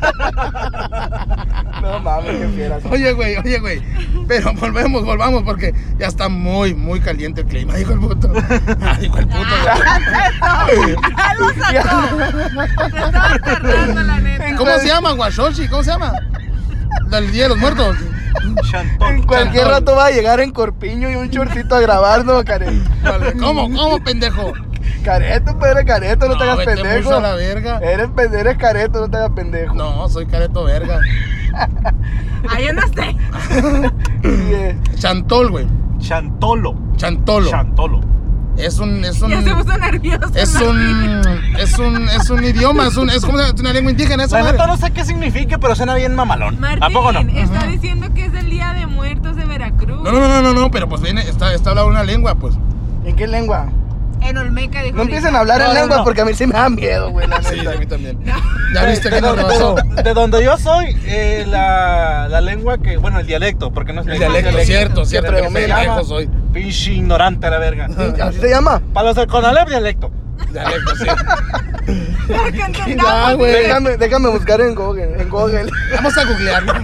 No mames, qué fieras. Oye, güey. Pero volvamos porque ya está muy, muy caliente el clima, dijo el puto. Dijo el puto, güey. ¡Ah, lo sacó! Me estaba tardando, la neta. ¿Cómo se llama, Guashoshi? ¿Cómo se llama? Del Día de los Muertos. Chantol. En cualquier Chantol. rato va a llegar en corpiño y un shortcito a grabar, ¿no, Careto? Vale, ¿Cómo, pendejo? Careto, pues eres careto, no te hagas vete pendejo. mucho a la verga. Eres careto, no te hagas pendejo. No, soy careto verga. Ahí andaste. Sí, Chantol, güey. Chantolo. Chantolo. Chantolo. Es un Ya se puso nervioso. es un idioma, ¿cómo se llama? Es una lengua indígena esa La madre. neta no sé qué significa, pero suena bien mamalón. Martín, ¿A poco no? está diciendo que es el Día de Muertos de Veracruz. No, pero pues viene, está hablando una lengua, pues. ¿En qué lengua? En Olmeca dijo. No ahorita. empiecen a hablar en No, lengua no. porque a mí sí me da miedo, güey, la Sí, neta. a mí también. No. ¿Ya viste que De, no pasó? de donde yo soy, la lengua que, bueno, el dialecto, porque no es El lengua, dialecto, es cierto, que que predomina. pendejo soy. Pinche ignorante a la verga. ¿Así se llama? Para los del Conalep, dialecto. Dialecto, sí. Para que Ya, entendamos. güey. Déjame buscar en Google. Vamos a googlearlo.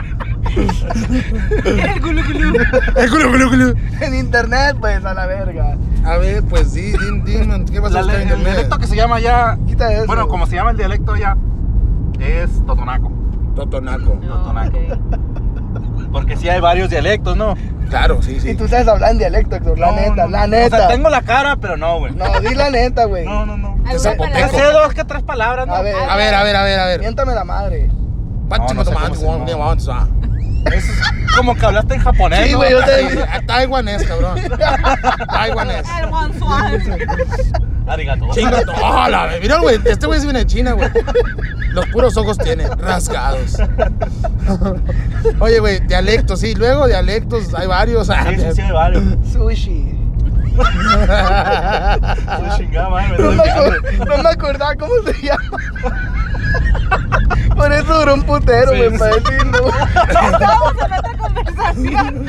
El gulu gulu. En internet, pues, a la verga. A ver, pues sí, dime, ¿qué vas a buscar en El internet? dialecto que se llama ya, Quita eso. bueno, como se llama el dialecto ya, es Totonaco. Totonaco. Totonaco. Ok. Porque sí hay varios dialectos, ¿no? Claro, sí, Y sí. tú sabes hablar en dialecto, Héctor, la neta, la neta. O sea, tengo la cara, pero no, güey. No, di la neta, güey. No. ¿Alguna zapoteco. Ya palabra? sé dos que tres palabras, ¿no? A ver. A ver. Miéntame la madre. No sé cómo se llama. llama. Es como que hablaste en japonés, Sí, ¿no? güey, yo te- Taiwanés, cabrón. Taiwanés. El guanzuan. Arigato. Chingato. ¡Hola! Mira, güey, este güey sí viene de China, güey. Los puros ojos tiene, rasgados. Oye, güey, dialectos, sí. Luego dialectos, hay varios. Sí, hay varios. Sushi. Chingada madre, No me me, doy hambre. no me acordaba cómo se llama. Por eso duró un putero, güey, Sí, para decirlo. Estamos en otra conversación.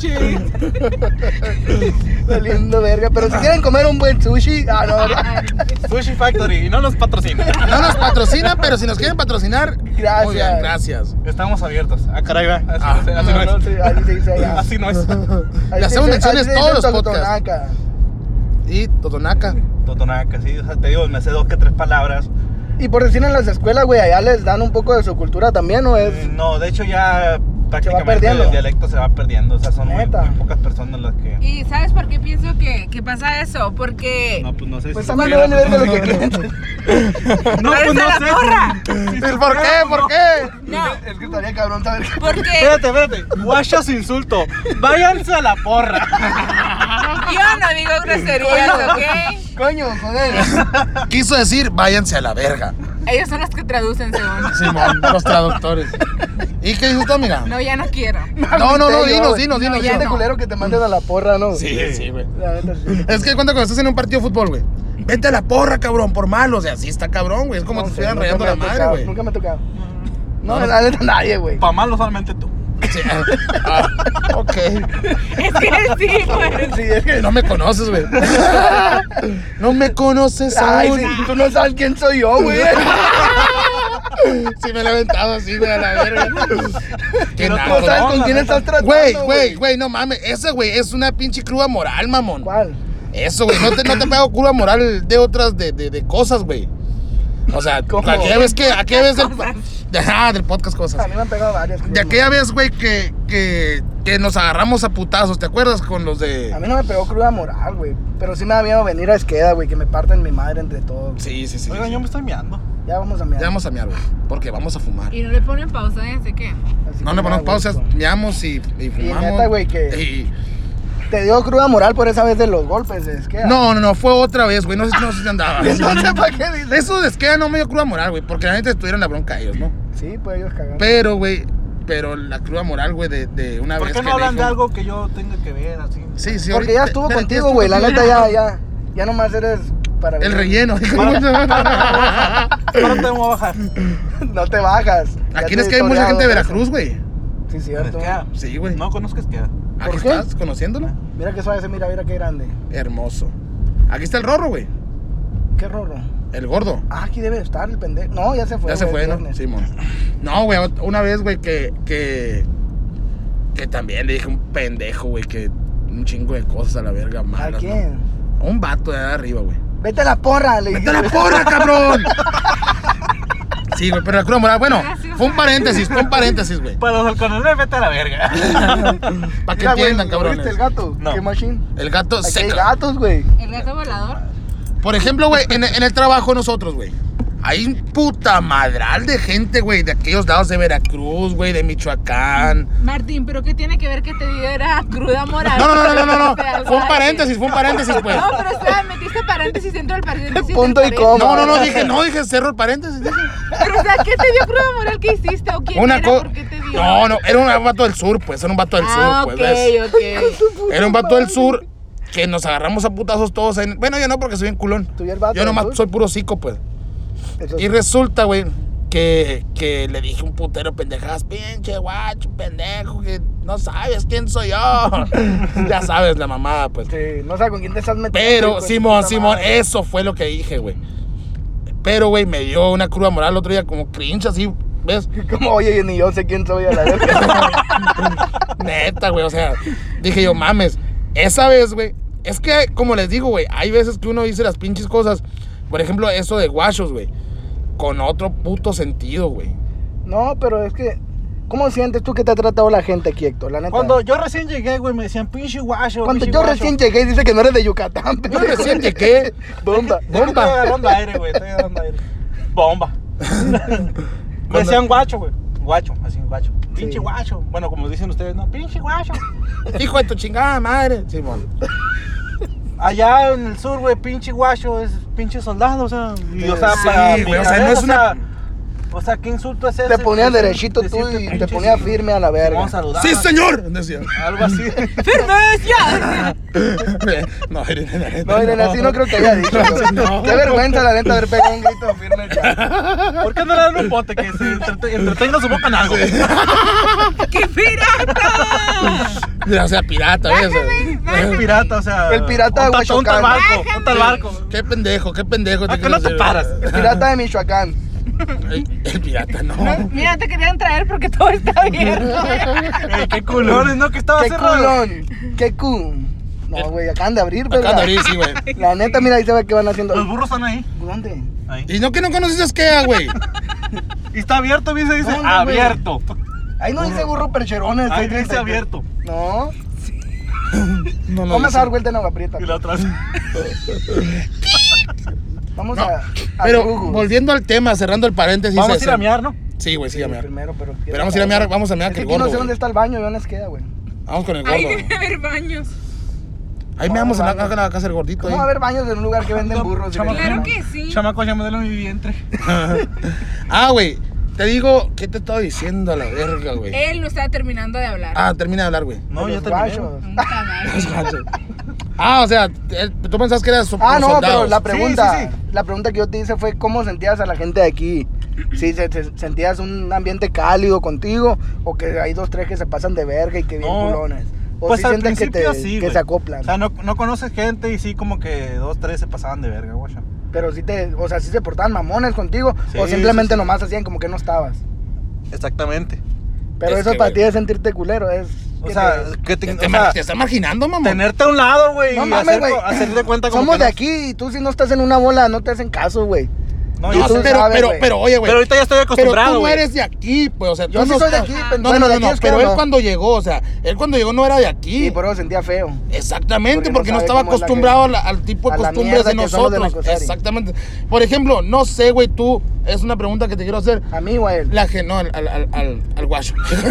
Saliendo verga. Pero si quieren comer un buen sushi, no. Sushi Factory y no nos patrocina. No nos patrocinan, pero si nos quieren patrocinar, Gracias. muy bien, gracias. Estamos abiertos. Ah, caray, va. Así, Ah, así no es. Sí, así se dice allá. Así no es. Ahí Le hacemos se dice- menciones ahí se todos dice los podcasts. Totonaca. Y Totonaca. Totonaca, sí. O sea, te digo, me sé dos que tres palabras. Y por decir en las escuelas, güey, allá les dan un poco de su cultura también, ¿no es? No, de hecho ya prácticamente perdiendo. el dialecto se va perdiendo. O sea, son muy Neta. pocas personas las que... ¿Y sabes por qué pienso que pasa eso? Porque. No, pues no sé Pues si... a mí me vale verga lo que quieren. No, ¡Eres pues no a la sé. porra! ¿Por qué? ¿Por qué? No, Es que estaría cabrón saber que... porque Espérate. Guacha su insulto. Váyanse a la porra. yo no digo groserías, ¿ok? Coño, joder. Quiso decir, váyanse a la verga. Ellos son los que traducen, según. Simón, los traductores. ¿Y qué dices tú, amiga? No, ya no quiero. No, dinos. No, ya Siente no. culero que te manden a la porra, ¿no? Sí, güey. La neta, sí. Es que cuando estás en un partido de fútbol, güey, vete a la porra, cabrón, por malo. O sea, sí está cabrón, güey. Es como No te sé, estuvieran nunca rayando me la ha madre, tocado, güey. Nunca me ha tocado. No, la neta nadie, güey. Pa' malo solamente tú. Sí, ok. Es que sí, güey. Sí, es que No me conoces, güey. No me conoces Ay, aún. sí, tú no sabes quién soy yo, güey. Sí me lo he aventado así, güey, a la verga. Qué No naco, No sabes ¿no? con quién estás tratando, Güey, no mames. Ese, güey, es una pinche cruda moral, mamón. ¿Cuál? Eso, güey, no te pego cruda moral de otras, de cosas, güey. O sea, ¿Cómo? aquella vez del podcast A cosas. mí me han pegado varias. De aquella vez, güey, que nos agarramos a putazos, ¿te acuerdas? Con los de... A mí no me pegó cruda moral, güey. Pero sí me da miedo venir a Esqueda, güey, que me parten mi madre entre todos. Sí. Oigan, yo me estoy meando. Ya vamos a mirar. Ya vamos a mear, güey, porque vamos a fumar. Y no le ponen pausa, ¿sí qué? Así No que le ponemos ya, pausas, güey, meamos y fumamos. neta, güey, que- Y- Te dio cruda moral por esa vez de los golpes de Esqueda. No, fue otra vez, güey, no sé si andaba. Entonces, ¿para qué dices? Eso de Esqueda no me dio cruda moral, güey, porque la neta estuvieron la bronca ellos, ¿no? Sí, pues ellos cagaron. Pero, güey, la cruda moral, güey, de una ¿Por vez qué que no hablan dijo- de algo que yo tenga que ver así? Sí, Porque ahorita- ya estuvo espérate, contigo, güey. La contigo. neta, ya nomás eres para El venir. relleno. Ahora te voy a bajar. No te bajas. Ya Aquí te es que hay mucha historiado gente de eso. Veracruz, güey. Sí, cierto. Esqueda. Sí, güey. No conozco Esqueda. Aquí ¿Por qué? estás, conociéndolo. Mira que suave, mira qué grande. Hermoso. Aquí está el Rorro, güey. Qué rorro. El gordo. Ah, aquí debe estar el pendejo. No, ya se fue. Ya se güey, fue, el ¿no? viernes. Simón. No, güey, una vez, güey, que también le dije un pendejo, güey, que un chingo de cosas a la verga ¿A malas, ¿no? quién? A un vato de allá arriba, güey. Vete a la porra, le ¡Vete a dije. la porra, cabrón! Sí, güey, pero la cruda moral, bueno, fue un paréntesis, güey. Para los halcones, vete a la verga. Para que Mira, güey, entiendan, cabrones. ¿viste el gato? No. ¿Qué machine? El gato Aquí hay seca. gatos, güey. El gato volador. Por ejemplo, güey, en el trabajo nosotros, güey, hay un puta madral de gente, güey, de aquellos lados de Veracruz, güey, de Michoacán. Martín, ¿pero qué tiene que ver que te diera cruda moral? No. O sea, Fue un ¿sabes? paréntesis, pues. No, pero o sea, metiste paréntesis dentro del paréntesis. Punto y del coma. paréntesis. No, dije cerro el paréntesis. Dije. Pero o sea, ¿qué te dio cruda moral que hiciste? ¿O quién Una era? cosa. ¿Por qué te dio? No, era un vato del sur, pues, era un vato del Ah, sur, pues, ¿ves? ok. Era un vato del sur que nos agarramos a putazos todos ahí. Bueno, yo no, porque soy bien culón. ¿Tú y el vato Yo del nomás sur? soy puro cico, pues. Eso Y sí. resulta, güey, que le dije un putero pendejadas, pinche guacho, pendejo, que no sabes quién soy yo. Ya sabes la mamada, pues. Sí, no sé con quién te estás metiendo. Pero, hijo de Simón, puta madre. eso fue lo que dije, güey. Pero, güey, me dio una cruda moral el otro día, como cringe, así, ¿ves? Como, oye, ni yo sé quién soy a la verga. Neta, güey, o sea, dije yo, mames, esa vez, güey, es que, como les digo, güey, hay veces que uno dice las pinches cosas, por ejemplo, eso de guachos, güey, con otro puto sentido, güey. No, pero es que, ¿cómo sientes tú que te ha tratado la gente aquí, Héctor? La neta. Cuando yo recién llegué, güey, me decían pinche guacho. Cuando pinche yo guacho. recién llegué, dice que no eres de Yucatán. Yo recién llegué. Bomba. Es que estoy agarrando aire, güey. Estoy agarrando aire. Bomba. Me decían guacho, güey. Guacho, así, guacho. Pinche Sí. guacho. Bueno, como dicen ustedes, no, pinche guacho. Hijo de tu chingada madre, Simón. Allá en el sur, güey, pinche guacho es pinche soldado, o sea. Y, o sea, Sí, para güey, o sea, no es una- O sea, ¿qué insulto es ese? Te ponías Decir- derechito tú decirte y te pinche, ponías sí. firme a la verga. Vamos a saludar. ¡Sí, señor! Decía. Algo así. ¡Firmes! No, Irene, No, Irene, así no creo que haya dicho. güey. No. Qué vergüenza, la neta, haber pegado un grito firme. Ya. ¿Por qué no le dan un bote que se entretenga su boca en algo? ¡Qué pirata! O sea, pirata, ¿ves? El pirata, o sea. El pirata de un tal Huachocán. barco, un tal barco. Qué pendejo. ¿A qué no te paras? El pirata de Michoacán. El pirata, no. Mira, te querían traer porque todo está abierto. Ey, qué culones, ¿no? Que estaba Qué cerrado. culón. Qué cool. No, güey, acaban de abrir, ¿verdad? Acá de abrir, sí, güey. La neta, mira, ahí se ve que van haciendo. Los burros están ahí. ¿Dónde? Ahí. ¿Y no que no conoces Esqueda, güey? Y está abierto, dice ¿Dónde, güey? abierto. Ahí no dice burro percherones. Ahí dice abierto. No. No, no. Vamos a dar vuelta en agua prieta. Y la otra. Vamos No, a pero Google. volviendo al tema, cerrando el paréntesis. Vamos a ir ese. a miar, ¿no? Sí, güey, sí, a mear. Primero, pero vamos a ir a miar, vamos a miar Es que que el aquí no gordo, sé güey. dónde está el baño, yo no les queda, güey. Vamos con el Ahí gordo. debe haber baños. Ahí me vamos a la casa del gordito. ¿Cómo va a haber baños en un lugar que venden burros? Claro que sí. Chamaco, ya modelo mi vientre. Güey. Te digo, ¿qué te estaba diciendo a la verga, güey? Él no estaba terminando de hablar. Termina de hablar, güey. No, ya Los terminé. guachos. Puta madre. O sea, tú pensabas que eras No, pero soldados. la pregunta, Sí. la pregunta que yo te hice fue cómo sentías a la gente de aquí. Si sentías un ambiente cálido contigo o que hay 2, 3 que se pasan de verga y que bien No. culones. O Pues si al sientes que, principio sí, que güey. se acoplan. O sea, no conoces gente y sí como que 2, 3 se pasaban de verga, güey. Pero sí o sea, sí se portaban mamones contigo Sí, o simplemente sí. nomás hacían como que no estabas. Exactamente. Pero Es eso que, para güey. ti es sentirte culero, es... O sea, que Te están marginando, mamá. tenerte a un lado, güey. No y mames, güey. hacerte cuenta como Somos que de no- aquí y tú si no estás en una bola no te hacen caso, güey. No, Y yo tú sé. sabes, güey. Pero, oye, güey. Pero ahorita ya estoy Pero acostumbrado, tú no güey. eres de aquí, pues, o sea, Yo tú sí no soy de estás- aquí, No, bueno, no, de no, aquí es que pero él no. cuando llegó, o sea, él cuando llegó no era de aquí. Y por eso sentía feo. Exactamente, Porque porque no no sabe estaba cómo es la acostumbrado gente. al tipo de A la costumbres mierda de que son los de nosotros. Nacosari. Exactamente. Por ejemplo, no sé, güey, tú, es una pregunta que te quiero hacer. A mí, güey. No, al guacho.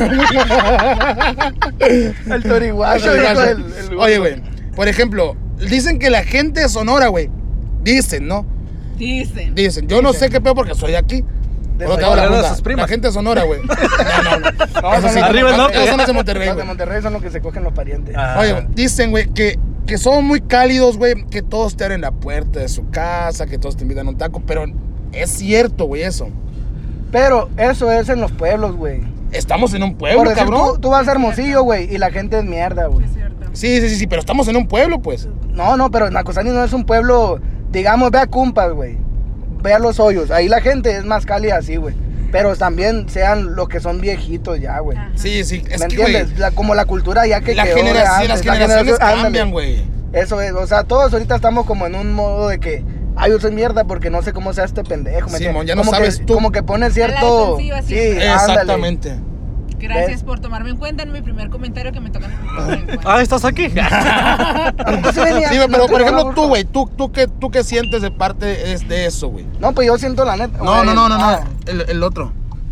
El toriguacho, El dijo guacho. el Oye, güey, por ejemplo, dicen que la gente de Sonora, güey, dicen, ¿no? Dicen. Yo no sé qué pedo porque soy de aquí. De Pero te hago Sonora. la de pregunta. sus primas. La gente de Sonora, güey. No. Eso sí, arriba el norte. Esos son los de Monterrey, Los de güey. Monterrey son los que se cogen los parientes. Ah. Oye, güey, dicen, güey, que son muy cálidos, güey, que todos te abren la puerta de su casa, que todos te invitan a un taco, pero es cierto, güey, eso. Pero eso es en los pueblos, güey. Estamos en un pueblo, Por decir, cabrón. tú vas a Hermosillo, güey, y la gente es mierda, güey. Es cierto. Sí, pero estamos en un pueblo, pues. No, pero Nacosari no es un pueblo, digamos, ve a Cumpas, güey. Ve a Los Hoyos. Ahí la gente es más cálida así, güey. Pero también sean los que son viejitos ya, güey. Ajá. Sí, es ¿Me que, entiendes? güey, Como la cultura ya que las quedó de generaciones antes, la generación- ándale. cambian, güey. Eso es, o sea, todos ahorita estamos como en un modo de que, yo soy mierda porque no sé cómo sea este pendejo, ¿me Simón, entiendes? ya no Como sabes que, tú. Como que pone cierto... A la defensiva sí, siempre. ándale. Exactamente. Gracias ¿Ves? por tomarme en cuenta en mi primer comentario que me tocan en cuenta. Ah, ¿estás aquí? Entonces venía- Sí, güey, pero me por ejemplo entregaba tú, güey, ¿tú qué sientes de parte de eso, güey? No, pues yo siento la neta. No, güey, el otro.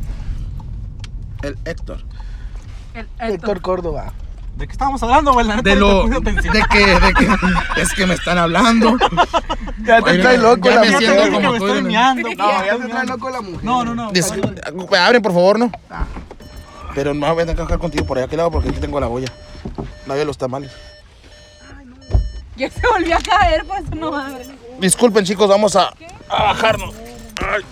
El Héctor. Héctor Córdoba. ¿De qué estábamos hablando, güey? La neta, De ahorita puse atención. de que es que me están hablando. Ya te Oye, trae loco ya la me Ya mujer. siento te dije como que me tú estoy eres- meando. No, ya te trae loco la mujer. No. Abren, por favor, ¿no? Pero no voy a tener que bajar contigo por aquel lado porque aquí tengo la olla. La olla de los tamales. Ya se volvió a caer, pues no madre. Disculpen, chicos, vamos a bajarnos. Ay.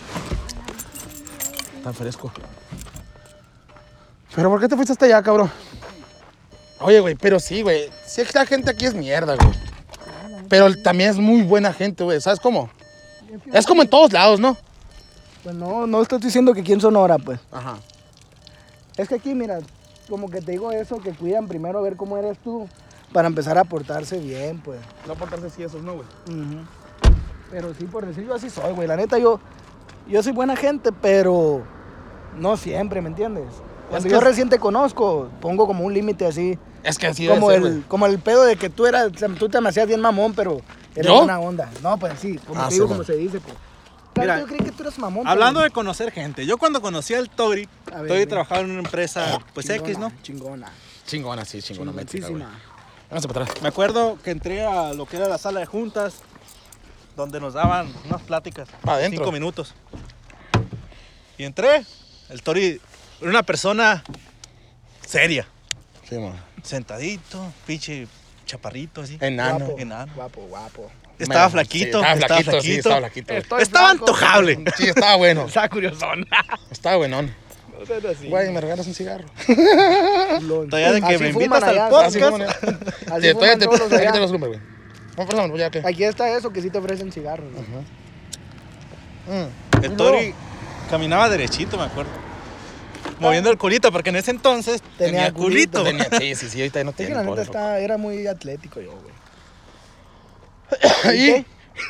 Tan fresco. ¿Pero por qué te fuiste hasta allá, cabrón? Oye, güey, pero sí, güey. Sí, es que la gente aquí es mierda, güey. Pero también es muy buena gente, güey. ¿Sabes cómo? Es como en todos lados, ¿no? Pues no estoy diciendo que aquí en Sonora, pues. Ajá. Es que aquí, mira, como que te digo eso, que cuidan primero a ver cómo eres tú, para empezar a portarse bien, pues. No portarse así, esos no, güey. Ujú. Pero sí, por decir yo así soy, güey. La neta, yo soy buena gente, pero no siempre, ¿me entiendes? Cuando que yo es- recién te conozco, pongo como un límite así. Es que así Como debe ser, como el pedo de que tú te me hacías bien mamón, pero eres ¿Yo? buena onda. No, pues sí, como Ah, te digo, sí, como güey. se dice, pues. Claro, Mira, yo creí que tú eres mamón. Hablando pero- de conocer gente, yo cuando conocí al Tori, A ver, Tori dime. trabajaba en una empresa, pues Chingona, X, ¿no? Chingona. Chingona, sí, chingona métrica, güey. Chingoncísima. Véngase para atrás. Me acuerdo que entré a lo que era la sala de juntas, donde nos daban unas pláticas, Pa' adentro. 5 minutos. Y entré, el Tori era una persona seria, Sí, man. sentadito, pinche chaparrito así. Enano. Guapo, Enano. guapo. Estaba Sí, flaquito, estaba estaba flaquito, sí, flaquito. estaba flaquito. Estaba flaco, antojable. Sí, estaba bueno. Está curiosón. Estaba buenón. No seas así. Güey, ¿me regalas un cigarro? Todavía de que Así me fuman invitas al allá, podcast. Así como... Así Todavía fuman te todos los de aquí allá. te los lumbre, güey. Vamos, perdón, ya que. Aquí está eso, que sí te ofrecen cigarros. ¿no? El Tori caminaba derechito, me acuerdo. Moviendo el culito, porque en ese entonces Tenía tenía culito. culito. Sí, ahorita no Es que tiene. la neta pobre, era muy atlético yo, güey. ¿Y?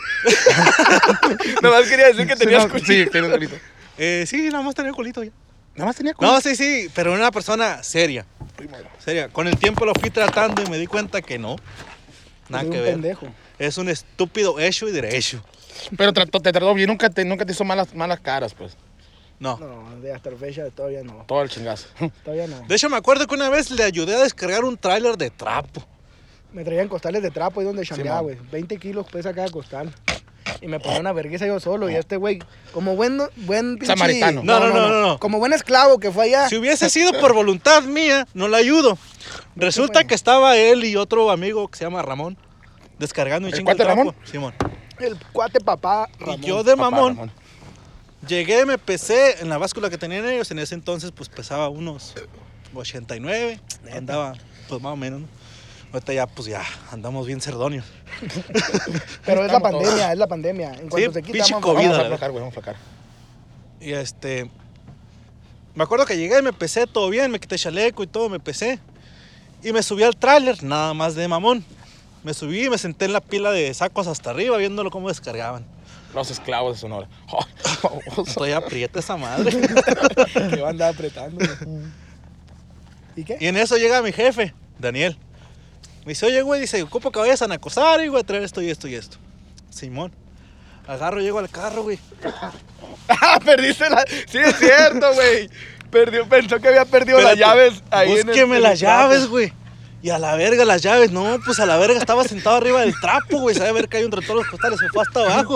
Nada más quería decir que Sí, tenía culito. Sí, nada más tenía culito ya. Nada más tenía culito. No, sí, pero era una persona seria. Seria. Con el tiempo lo fui tratando y me di cuenta que no. Nada Soy que un ver. pendejo. Es un estúpido hecho y derecho. Pero te trató bien, nunca te hizo malas caras, pues. No. No, de hasta la fecha todavía no. Todo el chingazo. Todavía no. De hecho, me acuerdo que una vez le ayudé a descargar un tráiler de trapo. Me traían costales de trapo ahí donde chambeaba, Sí, güey. 20 kilos pesa cada costal. Y me ponía una vergüenza yo solo. Y este güey, como buen pinche... Samaritano. No. Como buen esclavo que fue allá. Si hubiese sido por voluntad mía, no la ayudo. Resulta que estaba él y otro amigo que se llama Ramón descargando un ¿El chingo de cuate trapo. Ramón? Simón. El cuate papá Ramón. Y yo de Papá, mamón Ramón. llegué, me pesé en la báscula que tenían ellos. En ese entonces pues pesaba unos 89. Andaba pues más o menos, ¿no? Ahorita ya pues ya andamos bien cerdonios. Pero es la Estamos pandemia, todos. es la pandemia. En cuanto Sí, se quita, pinche vamos COVID. Vamos a la aflojar, güey, vamos a aflojar. Y me acuerdo que llegué, me pesé todo bien, me quité chaleco y todo, me pesé. Y me subí al tráiler, nada más de mamón. Me subí y me senté en la pila de sacos hasta arriba viéndolo cómo descargaban. Los esclavos de Sonora. Estoy aprieta esa madre. que va a andar apretando. ¿Y qué? Y en eso llega mi jefe, Daniel. Me dice, oye, güey, dice, ocupo que vayas a Nacosar y voy a traer esto y esto y esto. Simón. Agarro, llego al carro, güey. Ah, perdiste la... Sí, es cierto, güey. Pensó que había perdido las llaves ahí en el... Búsqueme en las el trapo. llaves, güey. Y a la verga las llaves. No, pues a la verga estaba sentado arriba del trapo, güey. Sabe ver que hay entre todos los costales. Se fue hasta abajo.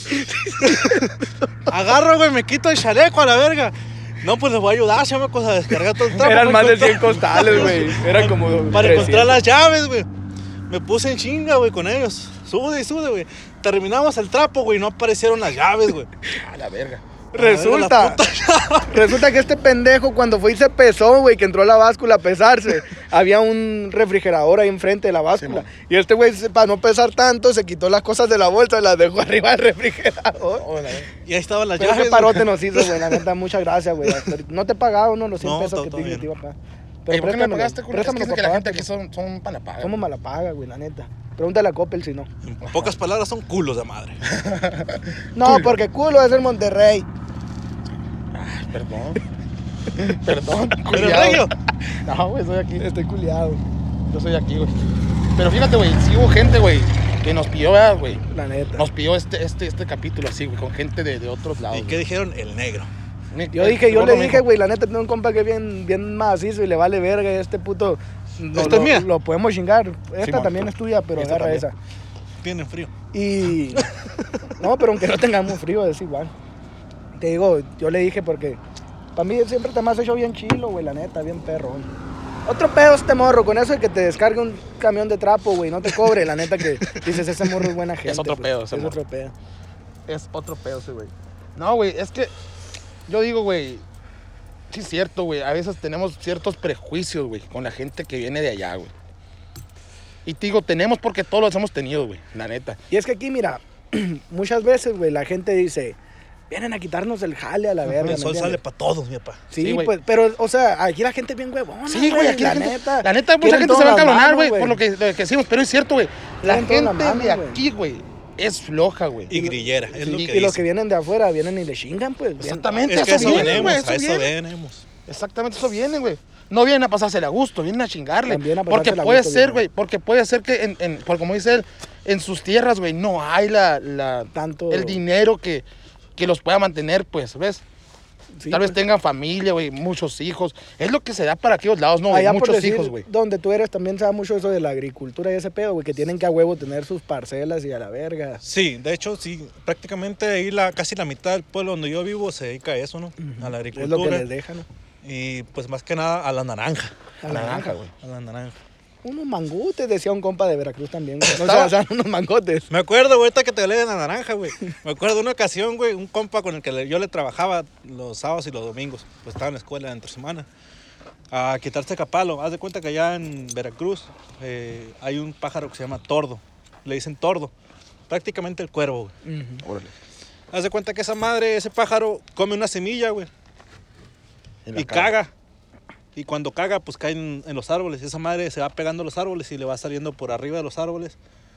Agarro, güey, me quito el chaleco a la verga. No, pues les voy a ayudar, chamacos, a descargar todo el trapo. Eran para más de encontrar- 100 costales, güey. Eran como... Para 300. encontrar las llaves, güey. Me puse en chinga, güey, con ellos. Sude y sude, güey. Terminamos el trapo, güey. No aparecieron las llaves, güey. A la verga. Resulta que este pendejo cuando fue y se pesó, güey, que entró a la báscula a pesarse, había un refrigerador ahí enfrente de la báscula. Sí, y este güey, para no pesar tanto, se quitó las cosas de la bolsa y las dejó arriba del refrigerador. Hola, Y ahí estaban las Pero llaves. ese parote güey. nos hizo, güey, la neta, muchas gracias, güey. No te he pagado, ¿no? Los 100 No, pesos todo que te dije bien. que te iba a pagar. ¿Y por qué me préstamelo, pagaste, culo? Es que préstamelo dice que para la gente aquí pagártelo. son mala paga. Somos mala paga, güey, la neta. Pregúntale a Coppel si no. En pocas palabras, son culos de madre. No, porque culo es el Monterrey. Perdón. Perdón. Pero culiao. regio. No, güey, soy aquí. Estoy culiado, Yo soy aquí, güey. Pero fíjate, güey, sí hubo gente, güey, que nos pidió, ¿verdad, güey? la neta. Nos pidió este capítulo así, güey, con gente de otros lados. ¿Y qué dijeron? El negro. Yo le dije, güey, la neta tengo un compa que es bien macizo y le vale verga y este puto... ¿Esta es mía? Lo podemos chingar. Esta Simón, también tú. es tuya, pero Esta agarra también. esa. Tienen frío. Y... No, pero aunque no tengamos frío, es igual. Te digo, yo le dije porque... Para mí siempre te me has hecho bien chilo, güey, la neta, bien perrón. Otro pedo este morro, con eso de que te descargue un camión de trapo, güey, no te cobre, la neta que dices, ese morro es buena gente. otro pues, pedo, ese es morro. otro pedo. Es otro pedo ese, güey. No, güey, es que yo digo, güey, sí es cierto, güey. A veces tenemos ciertos prejuicios, güey, con la gente que viene de allá, güey. Y te digo, tenemos porque todos los hemos tenido, güey, la neta. Y es que aquí, mira, muchas veces, güey, la gente dice, vienen a quitarnos el jale a la verga. El ¿me sol entiendes? sale para todos, mi papá. Sí, Sí, güey. pues, pero, o sea, aquí la gente es bien huevona, Sí, güey, aquí la la gente, neta. la neta, mucha quieren gente todo se va a en las encabronar, manos, güey, por lo que decimos, pero es cierto, güey. La Quieren todo en gente la mano, de güey. aquí, güey, es floja, güey. Y grillera, es lo que Y dicen. los que vienen de afuera vienen y le chingan, pues. bien. Exactamente, Es que eso eso viene, venimos, güey, a eso eso viene. venimos. Exactamente, eso viene, güey. No vienen a pasársela a gusto, vienen a chingarle. También a Porque pasársela a puede gusto, ser, viejo. güey, porque puede ser que, por como dice él, en sus tierras, güey, no hay Tanto- el dinero que los pueda mantener, pues, ¿ves? Sí, Tal vez pues. tengan familia, güey, muchos hijos. Es lo que se da para aquellos lados, ¿no? güey? Allá por Muchos decir, hijos, güey. donde tú eres también se da mucho eso de la agricultura y ese pedo, güey, que tienen que a huevo tener sus parcelas y a la verga. Sí, de hecho, sí, prácticamente ahí casi la mitad del pueblo donde yo vivo se dedica a eso, ¿no? A la Es lo que agricultura. les dejan, ¿no? Y pues más que nada a la naranja. A la naranja, güey. A la naranja. Unos mangotes, decía un compa de Veracruz también, güey. Estaba- O sea, unos mangotes. Me acuerdo, güey, ahorita que te hablé de la naranja, güey. Me acuerdo de una ocasión, güey, un compa con el que yo le trabajaba los sábados y los domingos. Pues estaba en la escuela entre semana. A quitarse capalo. Haz de cuenta que allá en Veracruz hay un pájaro que se llama tordo. Le dicen tordo. Prácticamente el cuervo, güey. Órale. Haz de cuenta que esa madre, ese pájaro, come una semilla, güey. En la Y cara. caga. Y cuando caga, pues cae en los árboles. Esa madre se va pegando a los árboles y le va saliendo por arriba de los árboles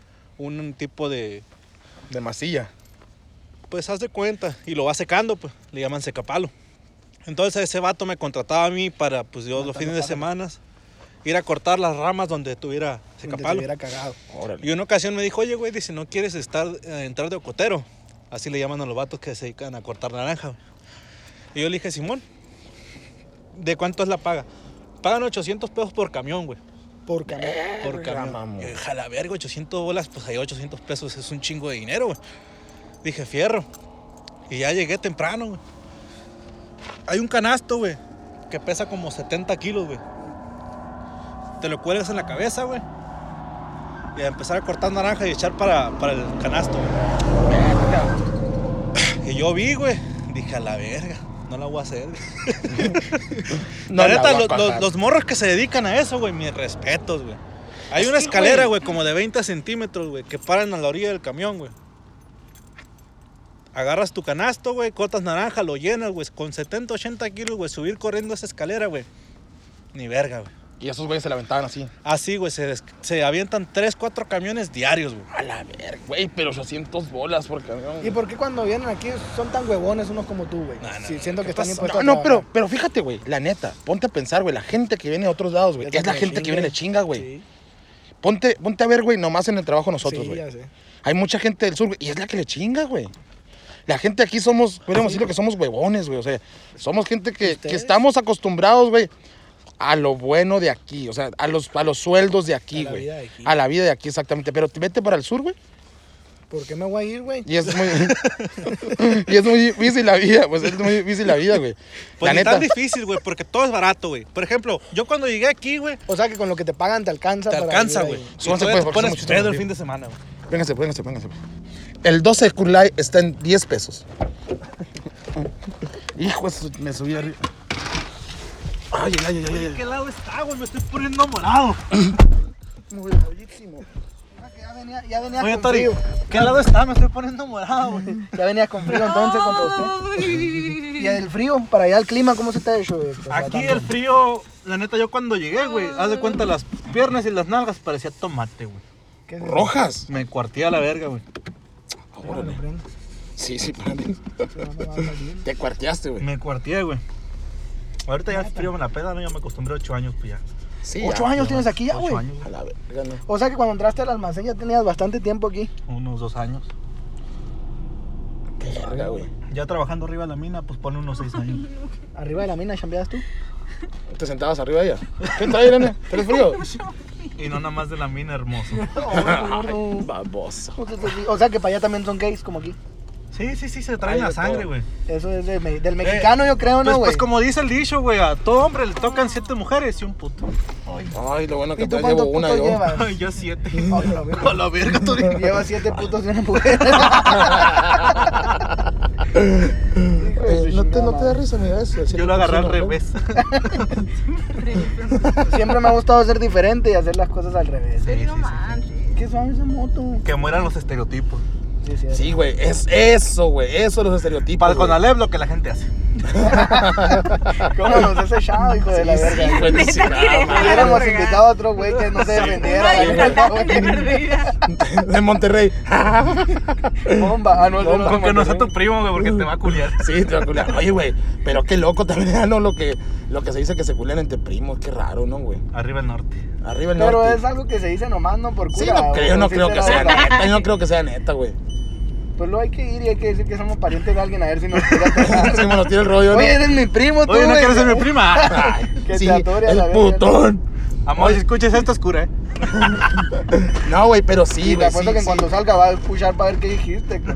un tipo de... De masilla. Pues haz de cuenta. Y lo va secando, pues. Le llaman secapalo. Entonces ese vato me contrataba a mí para, pues yo los fines de semana, ir a cortar las ramas donde tuviera Donde se secapalo. hubiera cagado. Órale. Y una ocasión me dijo, oye, güey, dice, ¿no quieres entrar de ocotero? Así le llaman a los vatos que se dedican a cortar naranja, güey. Y yo le dije, Simón, ¿de cuánto es la paga? Pagan 800 pesos por camión, güey. Por camión. Por camión. Y dije, a la verga, 800 bolas, pues ahí 800 pesos es un chingo de dinero, güey. Dije, fierro. Y ya llegué temprano, güey. Hay un canasto, güey, que pesa como 70 kilos, güey. Te lo cuelgas en la cabeza, güey. Y a empezar a cortar naranja y echar para el canasto, güey. Y yo vi, güey. Dije, a la verga, no la voy a hacer. No, la neta, la los morros que se dedican a eso, güey, mis respetos, güey. Hay una escalera, güey, como de 20 centímetros, güey, que paran a la orilla del camión, güey. Agarras tu canasto, güey, cortas naranja, lo llenas, güey, con 70, 80 kilos, güey, subir corriendo esa escalera, güey. Ni verga, güey. Y esos güeyes se la aventaban así. Así, güey, se avientan 3, 4 camiones diarios, güey. A la verga, güey, pero 800 bolas por camión. ¿Y por qué cuando vienen aquí son tan huevones unos como tú, güey? Sí, siento que están impuestos No, pero fíjate, güey, la neta, ponte a pensar, güey, la gente que viene de otros lados, güey, es la gente que viene de chinga, güey. Sí. Ponte a ver, güey, nomás en el trabajo nosotros, güey. Sí, ya sé. Hay mucha gente del sur, güey, y es la que le chinga, güey. La gente aquí somos, podríamos decirlo que somos huevones, güey, o sea, somos gente que estamos acostumbrados, güey, a lo bueno de aquí, o sea, a los sueldos de aquí, güey. A la vida de aquí, exactamente. Pero te vete para el sur, güey. ¿Por qué me voy a ir, güey? Y es muy y es muy difícil la vida, pues es muy difícil la vida, güey. Pues La ni neta. tan difícil, güey, porque todo es barato, güey. Por ejemplo, yo cuando llegué aquí, güey, O sea que con lo que te pagan te alcanza. te para alcanza, vivir güey. ahí. Y Súbanse, todavía pues, te porque pones son pedo el muchísimos fin de semana, güey. Véngase. El 12 de Kulai está en 10 pesos. Hijo, me subí arriba. Ay. ¿De qué lado está, güey? Me estoy poniendo morado. Muy bellísimo. Ya venía Oye, con Tori, frío. ¿qué lado está? Me estoy poniendo morado, güey. Ya venías con frío entonces contra usted. Y el frío, para allá el clima, ¿cómo se te ha hecho? Aquí el frío, la neta, yo cuando llegué, güey, haz de cuenta las piernas y las nalgas parecía tomate, güey. ¿Qué es Rojas. Me cuartía a la verga, güey. Órale, prende. Sí, espérate. Te cuarteaste, güey. Me cuartié, güey. Ahorita ya el frío me la peda, ¿no? Ya me acostumbré a 8 años, pues ya. Sí, 8 años tienes aquí ya, 8 güey. años, A güey. la verga, no. O sea que cuando entraste al almacén ya tenías bastante tiempo aquí. Unos 2 años. Qué verga, güey. Ya trabajando arriba de la mina, pues pone unos 6 años. Arriba de la mina, ¿chambeabas tú? ¿Te sentabas arriba de ella? ¿Qué tal, Irene? ¿Tienes frío? Y no nada más de la mina, hermoso. Ay, baboso. O sea que para allá también son gays, como aquí. Sí, se traen Ay, la de sangre, todo. güey. Eso es del mexicano, yo creo, ¿no, güey? Pues como dice el dicho, güey, a todo hombre le tocan 7 mujeres y un puto. Ay, lo bueno que ¿Y tú atrás llevo cuántos una putos yo. llevas? Ay, yo 7. Ay, la verga. A la verga, Tori. Lleva 7 putos de una mujer. ¿No te da risa, amiga? Yo lo agarré al revés. Siempre me ha gustado ser diferente y hacer las cosas al revés. Sí, no manches. ¿Qué suave esa moto? Que mueran los estereotipos. Sí, güey, es eso, güey. Eso los estereotipos. Para güey. con Alep lo que la gente hace. ¿Cómo nos has echado, hijo de la verga? Sí, güey, sí, Hubiéramos invitado a otro güey que no se defendiera. Ay, la falta verga, de güey. perdida. De Monterrey. Bomba. Ah, no, Bomba. Aunque no sea tu primo, güey, porque te va a culiar. Sí, te va a culiar. Oye, güey, pero qué loco también, ¿no? Lo que se dice que se culian entre primos. Qué raro, ¿no, güey? Arriba el norte. Arriba el Pero norte. es algo que se dice nomás, no por cura. Sí, no creo, o no sí creo que será sea verdad. neta. Yo no creo que sea neta, güey. Pues luego hay que ir y hay que decir que somos parientes de alguien a ver si nos tira a Sí, me nos tira el rollo, ¿no? Oye, eres mi primo, tú, Oye, ¿no güey. quieres ser mi prima? Ay, Que sí, te atore a la el verga. putón. Amor, si escuchas esto, es cura, No, güey, pero sí, Y te güey. apuesto Sí, que sí. cuando salga va a escuchar para ver qué dijiste. güey.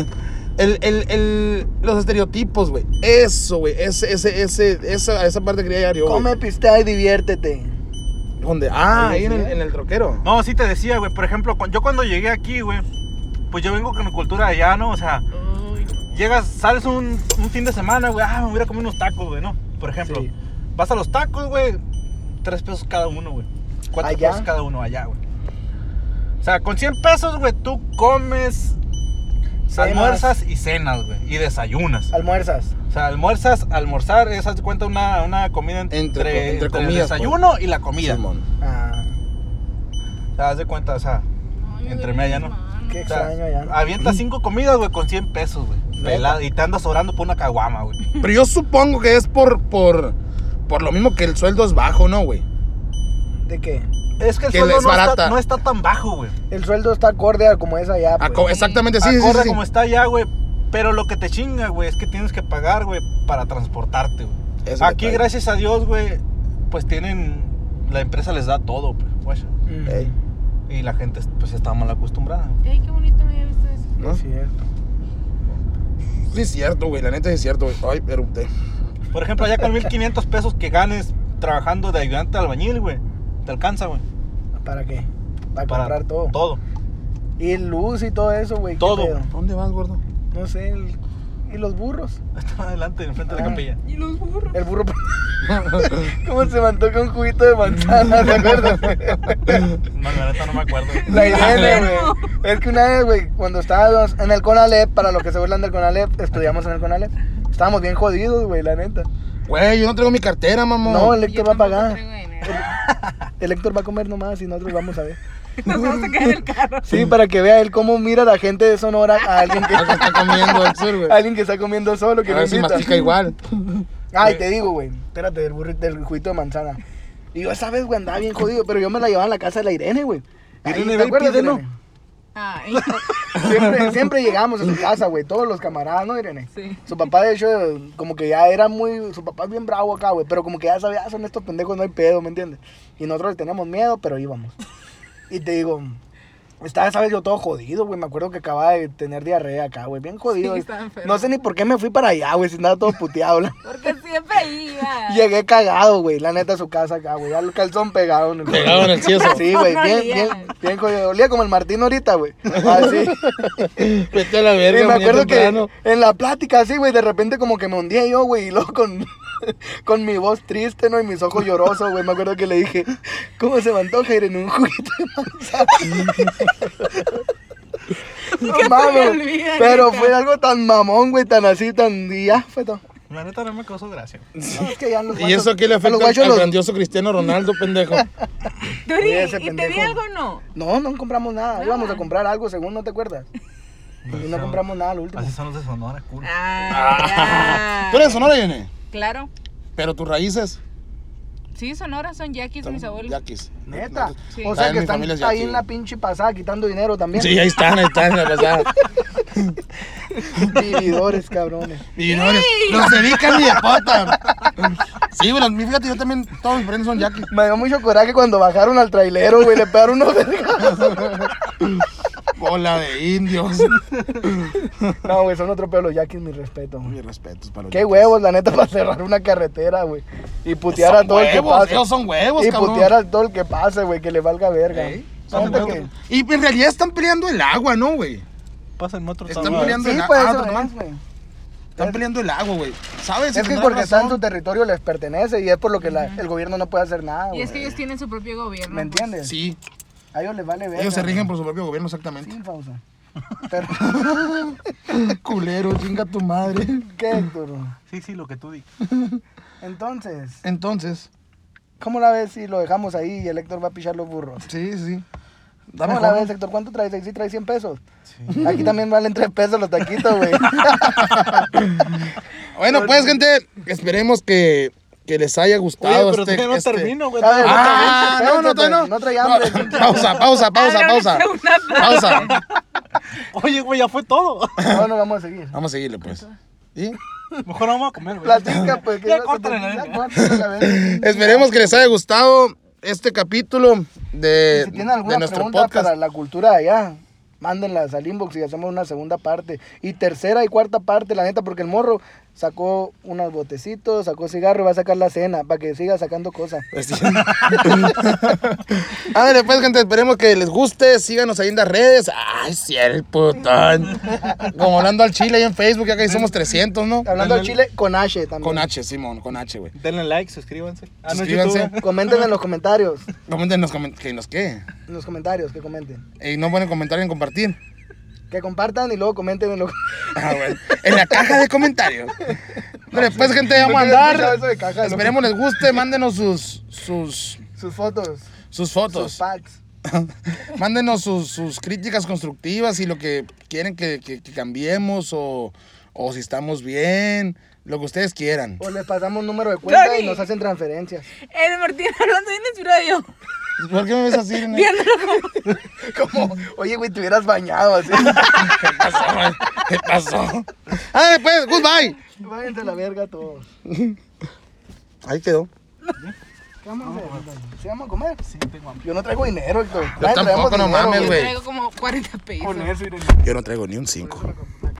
Los estereotipos, güey. Eso, güey. Esa parte quería llegar yo, güey. Come, pistea y diviértete. ¿Dónde? Ah, ahí en el troquero. No, sí te decía, güey. Por ejemplo, yo cuando llegué aquí, güey, pues yo vengo con cultura de allá, ¿no? O sea, llegas, sales un fin de semana, güey, me voy a comer unos tacos, güey, ¿no? Por ejemplo, Sí. vas a los tacos, güey, 3 pesos cada uno, güey. 4 ¿Allá? pesos cada uno allá, güey. O sea, con 100 pesos, güey, tú comes, Cenas. almuerzas y cenas, güey, y desayunas. Almuerzas. O sea, almorzar es, haz de cuenta, una comida entre el comidas, desayuno y la comida. Simón. Ah, O sea, haz de cuenta, o sea, Ay, entre me media, duele ¿no? mi mano. qué O sea, extraño ya. avienta 5 comidas, güey, con 100 pesos, güey. Pelada, y te andas sobrando por una caguama, güey. Pero yo supongo que es por lo mismo que el sueldo es bajo, ¿no, güey? ¿De qué? Es que el Que sueldo es barata. no está tan bajo, güey. El sueldo está acorde a como es allá. Pues. Exactamente, sí, Acorde sí. como está allá, güey. Pero lo que te chinga, güey, es que tienes que pagar, güey, para transportarte, güey. Eso Aquí, detalle. gracias a Dios, güey, pues la empresa les da todo, güey. Guacha. Ey. Y la gente pues estaba mal acostumbrada. Ey, qué bonito, me había visto eso. ¿No? Es cierto. Sí es cierto, güey, la neta es cierto, güey. Ay, pero usted. Por ejemplo, allá con 1,500 pesos que ganes trabajando de ayudante albañil, güey. Te alcanza, güey. ¿Para qué? Para comprar todo. Todo. Y luz y todo eso, güey. ¿qué Todo. pedo? ¿Dónde vas, gordo? No sé. ¿Y los burros? Está adelante, enfrente de la capilla. Y los burros. El burro. ¿Cómo se mandó con un juguito de manzana? ¿Te acuerdas? No, la neta no me acuerdo. La Irene, güey. Es que una vez, güey, cuando estábamos en el Conalep, para los que se burlan del Conalep, estudiamos en el Conalep. Estábamos bien jodidos, güey, la neta. Güey, yo no traigo mi cartera, mamón. No, el Yo Héctor va a tampoco pagar. traigo dinero. El Héctor va a comer nomás y nosotros vamos a ver. Nos vamos a quedar en el carro. Sí, para que vea él cómo mira la gente de Sonora a alguien que, Algo está comiendo al sur, güey. alguien que está comiendo solo, que A no ver si invita. mastica igual. Ay, te digo, güey. Espérate, del burrito, del juguito de manzana. Y yo esa vez, güey, andaba bien jodido, pero yo me la llevaba a la casa de la Irene, güey. Ahí, Irene, ¿te ve y acuerdas, pídelo. Irene? Ay, Siempre llegamos a su casa, güey, todos los camaradas, ¿no, Irene? sí. Su papá, de hecho, como que ya era muy... Su papá es bien bravo acá, güey, pero como que ya sabía, "Ah, son estos pendejos, no hay pedo", ¿me entiendes? Y nosotros le teníamos miedo, pero íbamos. Y te digo... Estaba, sabes, yo todo jodido, güey. Me acuerdo que acababa de tener diarrea acá, güey. Bien jodido. Sí, estaba enfermo. No sé ni por qué me fui para allá, güey. Si andaba todo puteado. Porque siempre iba. Llegué cagado, güey. La neta, a su casa acá, güey. Ya el calzón pegado en el Pegado en el cieso. Sí, güey. No Bien, olía. bien jodido. Olía como el Martín ahorita, güey. Así. Vete a la verga, Y me acuerdo temprano. que en la plática así, güey, de repente como que me hundía yo, güey. Y luego con mi voz triste, ¿no? Y mis ojos llorosos, güey. Me acuerdo que le dije, ¿cómo se me antoja ir en un juguito de manzana? No ¿Qué se mames, me olvida, pero neta? fue algo tan mamón, güey, tan así, tan... Y ya, fue todo. La neta no me causó gracia. No, es que ya los ¿Y eso qué le a los afecta guachos al los- grandioso Cristiano Ronaldo, pendejo? Duri, Oye, ese ¿y te di pendejo. algo o no? No, no compramos nada. Ah. Íbamos a comprar algo, según, ¿no te acuerdas? Y no compramos nada al último. Así son los de Sonora, cool. Ah, ¿Tú eres de Sonora, Irene? Claro. Pero tus raíces Sí, Sonora, son yaquis, mis abuelos. yaquis. Neta. Sí. O sea También que mi están familia es ahí yaqui, en la güey. pinche pasada quitando dinero también. Sí, ahí están en la pasada. Vividores, cabrones. Vividores. Los dedican y de pota. Sí, bueno, fíjate, yo también, todos mis prendes son yaquis. Me dio mucho coraje cuando bajaron al trailero, güey. Le pegaron unos vergazos. Bola de indios. No, güey, son otro pedo los yaquis, mi respeto. güey. Mis respetos para los Qué yaquis. huevos, la neta, para cerrar una carretera, güey. Y putear a Son todo el que huevos, pase. ellos son huevos, Y cabrón. putear a todo el que pase, güey, que le valga verga. Ey, La son neta huevos. Y en realidad están peleando el agua, ¿no, güey? Pasa en otro Están estado. peleando Sí, el pues agua. eso Ah, es, güey. están peleando el agua, güey. ¿Sabes? Es que Tendrás porque está en razón. su territorio les pertenece y es por lo que el gobierno no puede hacer nada, Y güey. es que ellos tienen su propio gobierno. ¿Me pues. entiendes? Sí, A ellos les vale verga. ellos se rigen güey. por su propio gobierno, exactamente. Sí, Fausa. Pero, Culero, chinga tu madre. ¿qué, Héctor? Sí, lo que tú digas. Entonces, ¿Cómo la ves si lo dejamos ahí y el Héctor va a pichar los burros? sí. ¿Cómo la ves, Héctor? ¿Cuánto traes? ¿Sí traes 100 pesos? Sí. Aquí también valen 3 pesos los taquitos, güey. Bueno, pues, gente, esperemos que les haya gustado Oye, pero todavía no termino, güey. ¿Sabes? Ah, Espérate, no, todavía no. No trae hambre. Pausa. Pausa. Oye, güey, ya fue todo. No, no vamos a seguir. Vamos a seguirle, pues. ¿Sí? Mejor vamos a comer, güey. Platica, pues. que Ya ibas a córtale terminar, la verga. córtale la verga. Esperemos que les haya gustado este capítulo Y de si tienen alguna nuestro pregunta podcast. para la cultura de allá, mándenlas al inbox y hacemos una segunda parte. Y tercera y cuarta parte, la neta, porque el morro sacó unos botecitos, sacó cigarro y va a sacar la cena para que siga sacando cosas. Ándale, pues, gente, esperemos que les guste. Síganos ahí en las redes. Ay, sí, el putón. Como hablando al chile ahí en Facebook, ya que ahí somos 300, ¿no? Hablando del chile, con H también. Con H, Simón, con H, güey. Denle like, suscríbanse. Ah, no, en Suscríbanse. YouTube, Comenten en los comentarios. Coméntenos que nos qué. En los comentarios, que comenten. Y no pueden comentar en compartir. Que compartan y luego comenten en los Ah, bueno. En la caja de comentarios. Bueno, pues, gente, vamos a Porque he escuchado andar. eso de caja de Esperemos les guste. Mándenos sus sus fotos, fotos. sus packs. Mándenos sus críticas constructivas y lo que quieren que cambiemos o si estamos bien, lo que ustedes quieran. O les pasamos número de cuenta Dani. y nos hacen transferencias. El Martín hablando bien inspirado yo. ¿Por qué me ves así? Nene? Viéndolo como... Como, oye, güey, te hubieras bañado así. ¿Qué pasó, güey? ¿Qué pasó? Ah, después, goodbye. Váyanse a la verga todos. Ahí quedó. ¿Qué vamos a hacer? ¿Sí vamos a comer? Sí, tengo hambre. Yo no traigo dinero, Héctor. Yo tampoco, no mames, Yo güey. traigo como 40 pesos. Con eso, iré. Yo no traigo ni un 5.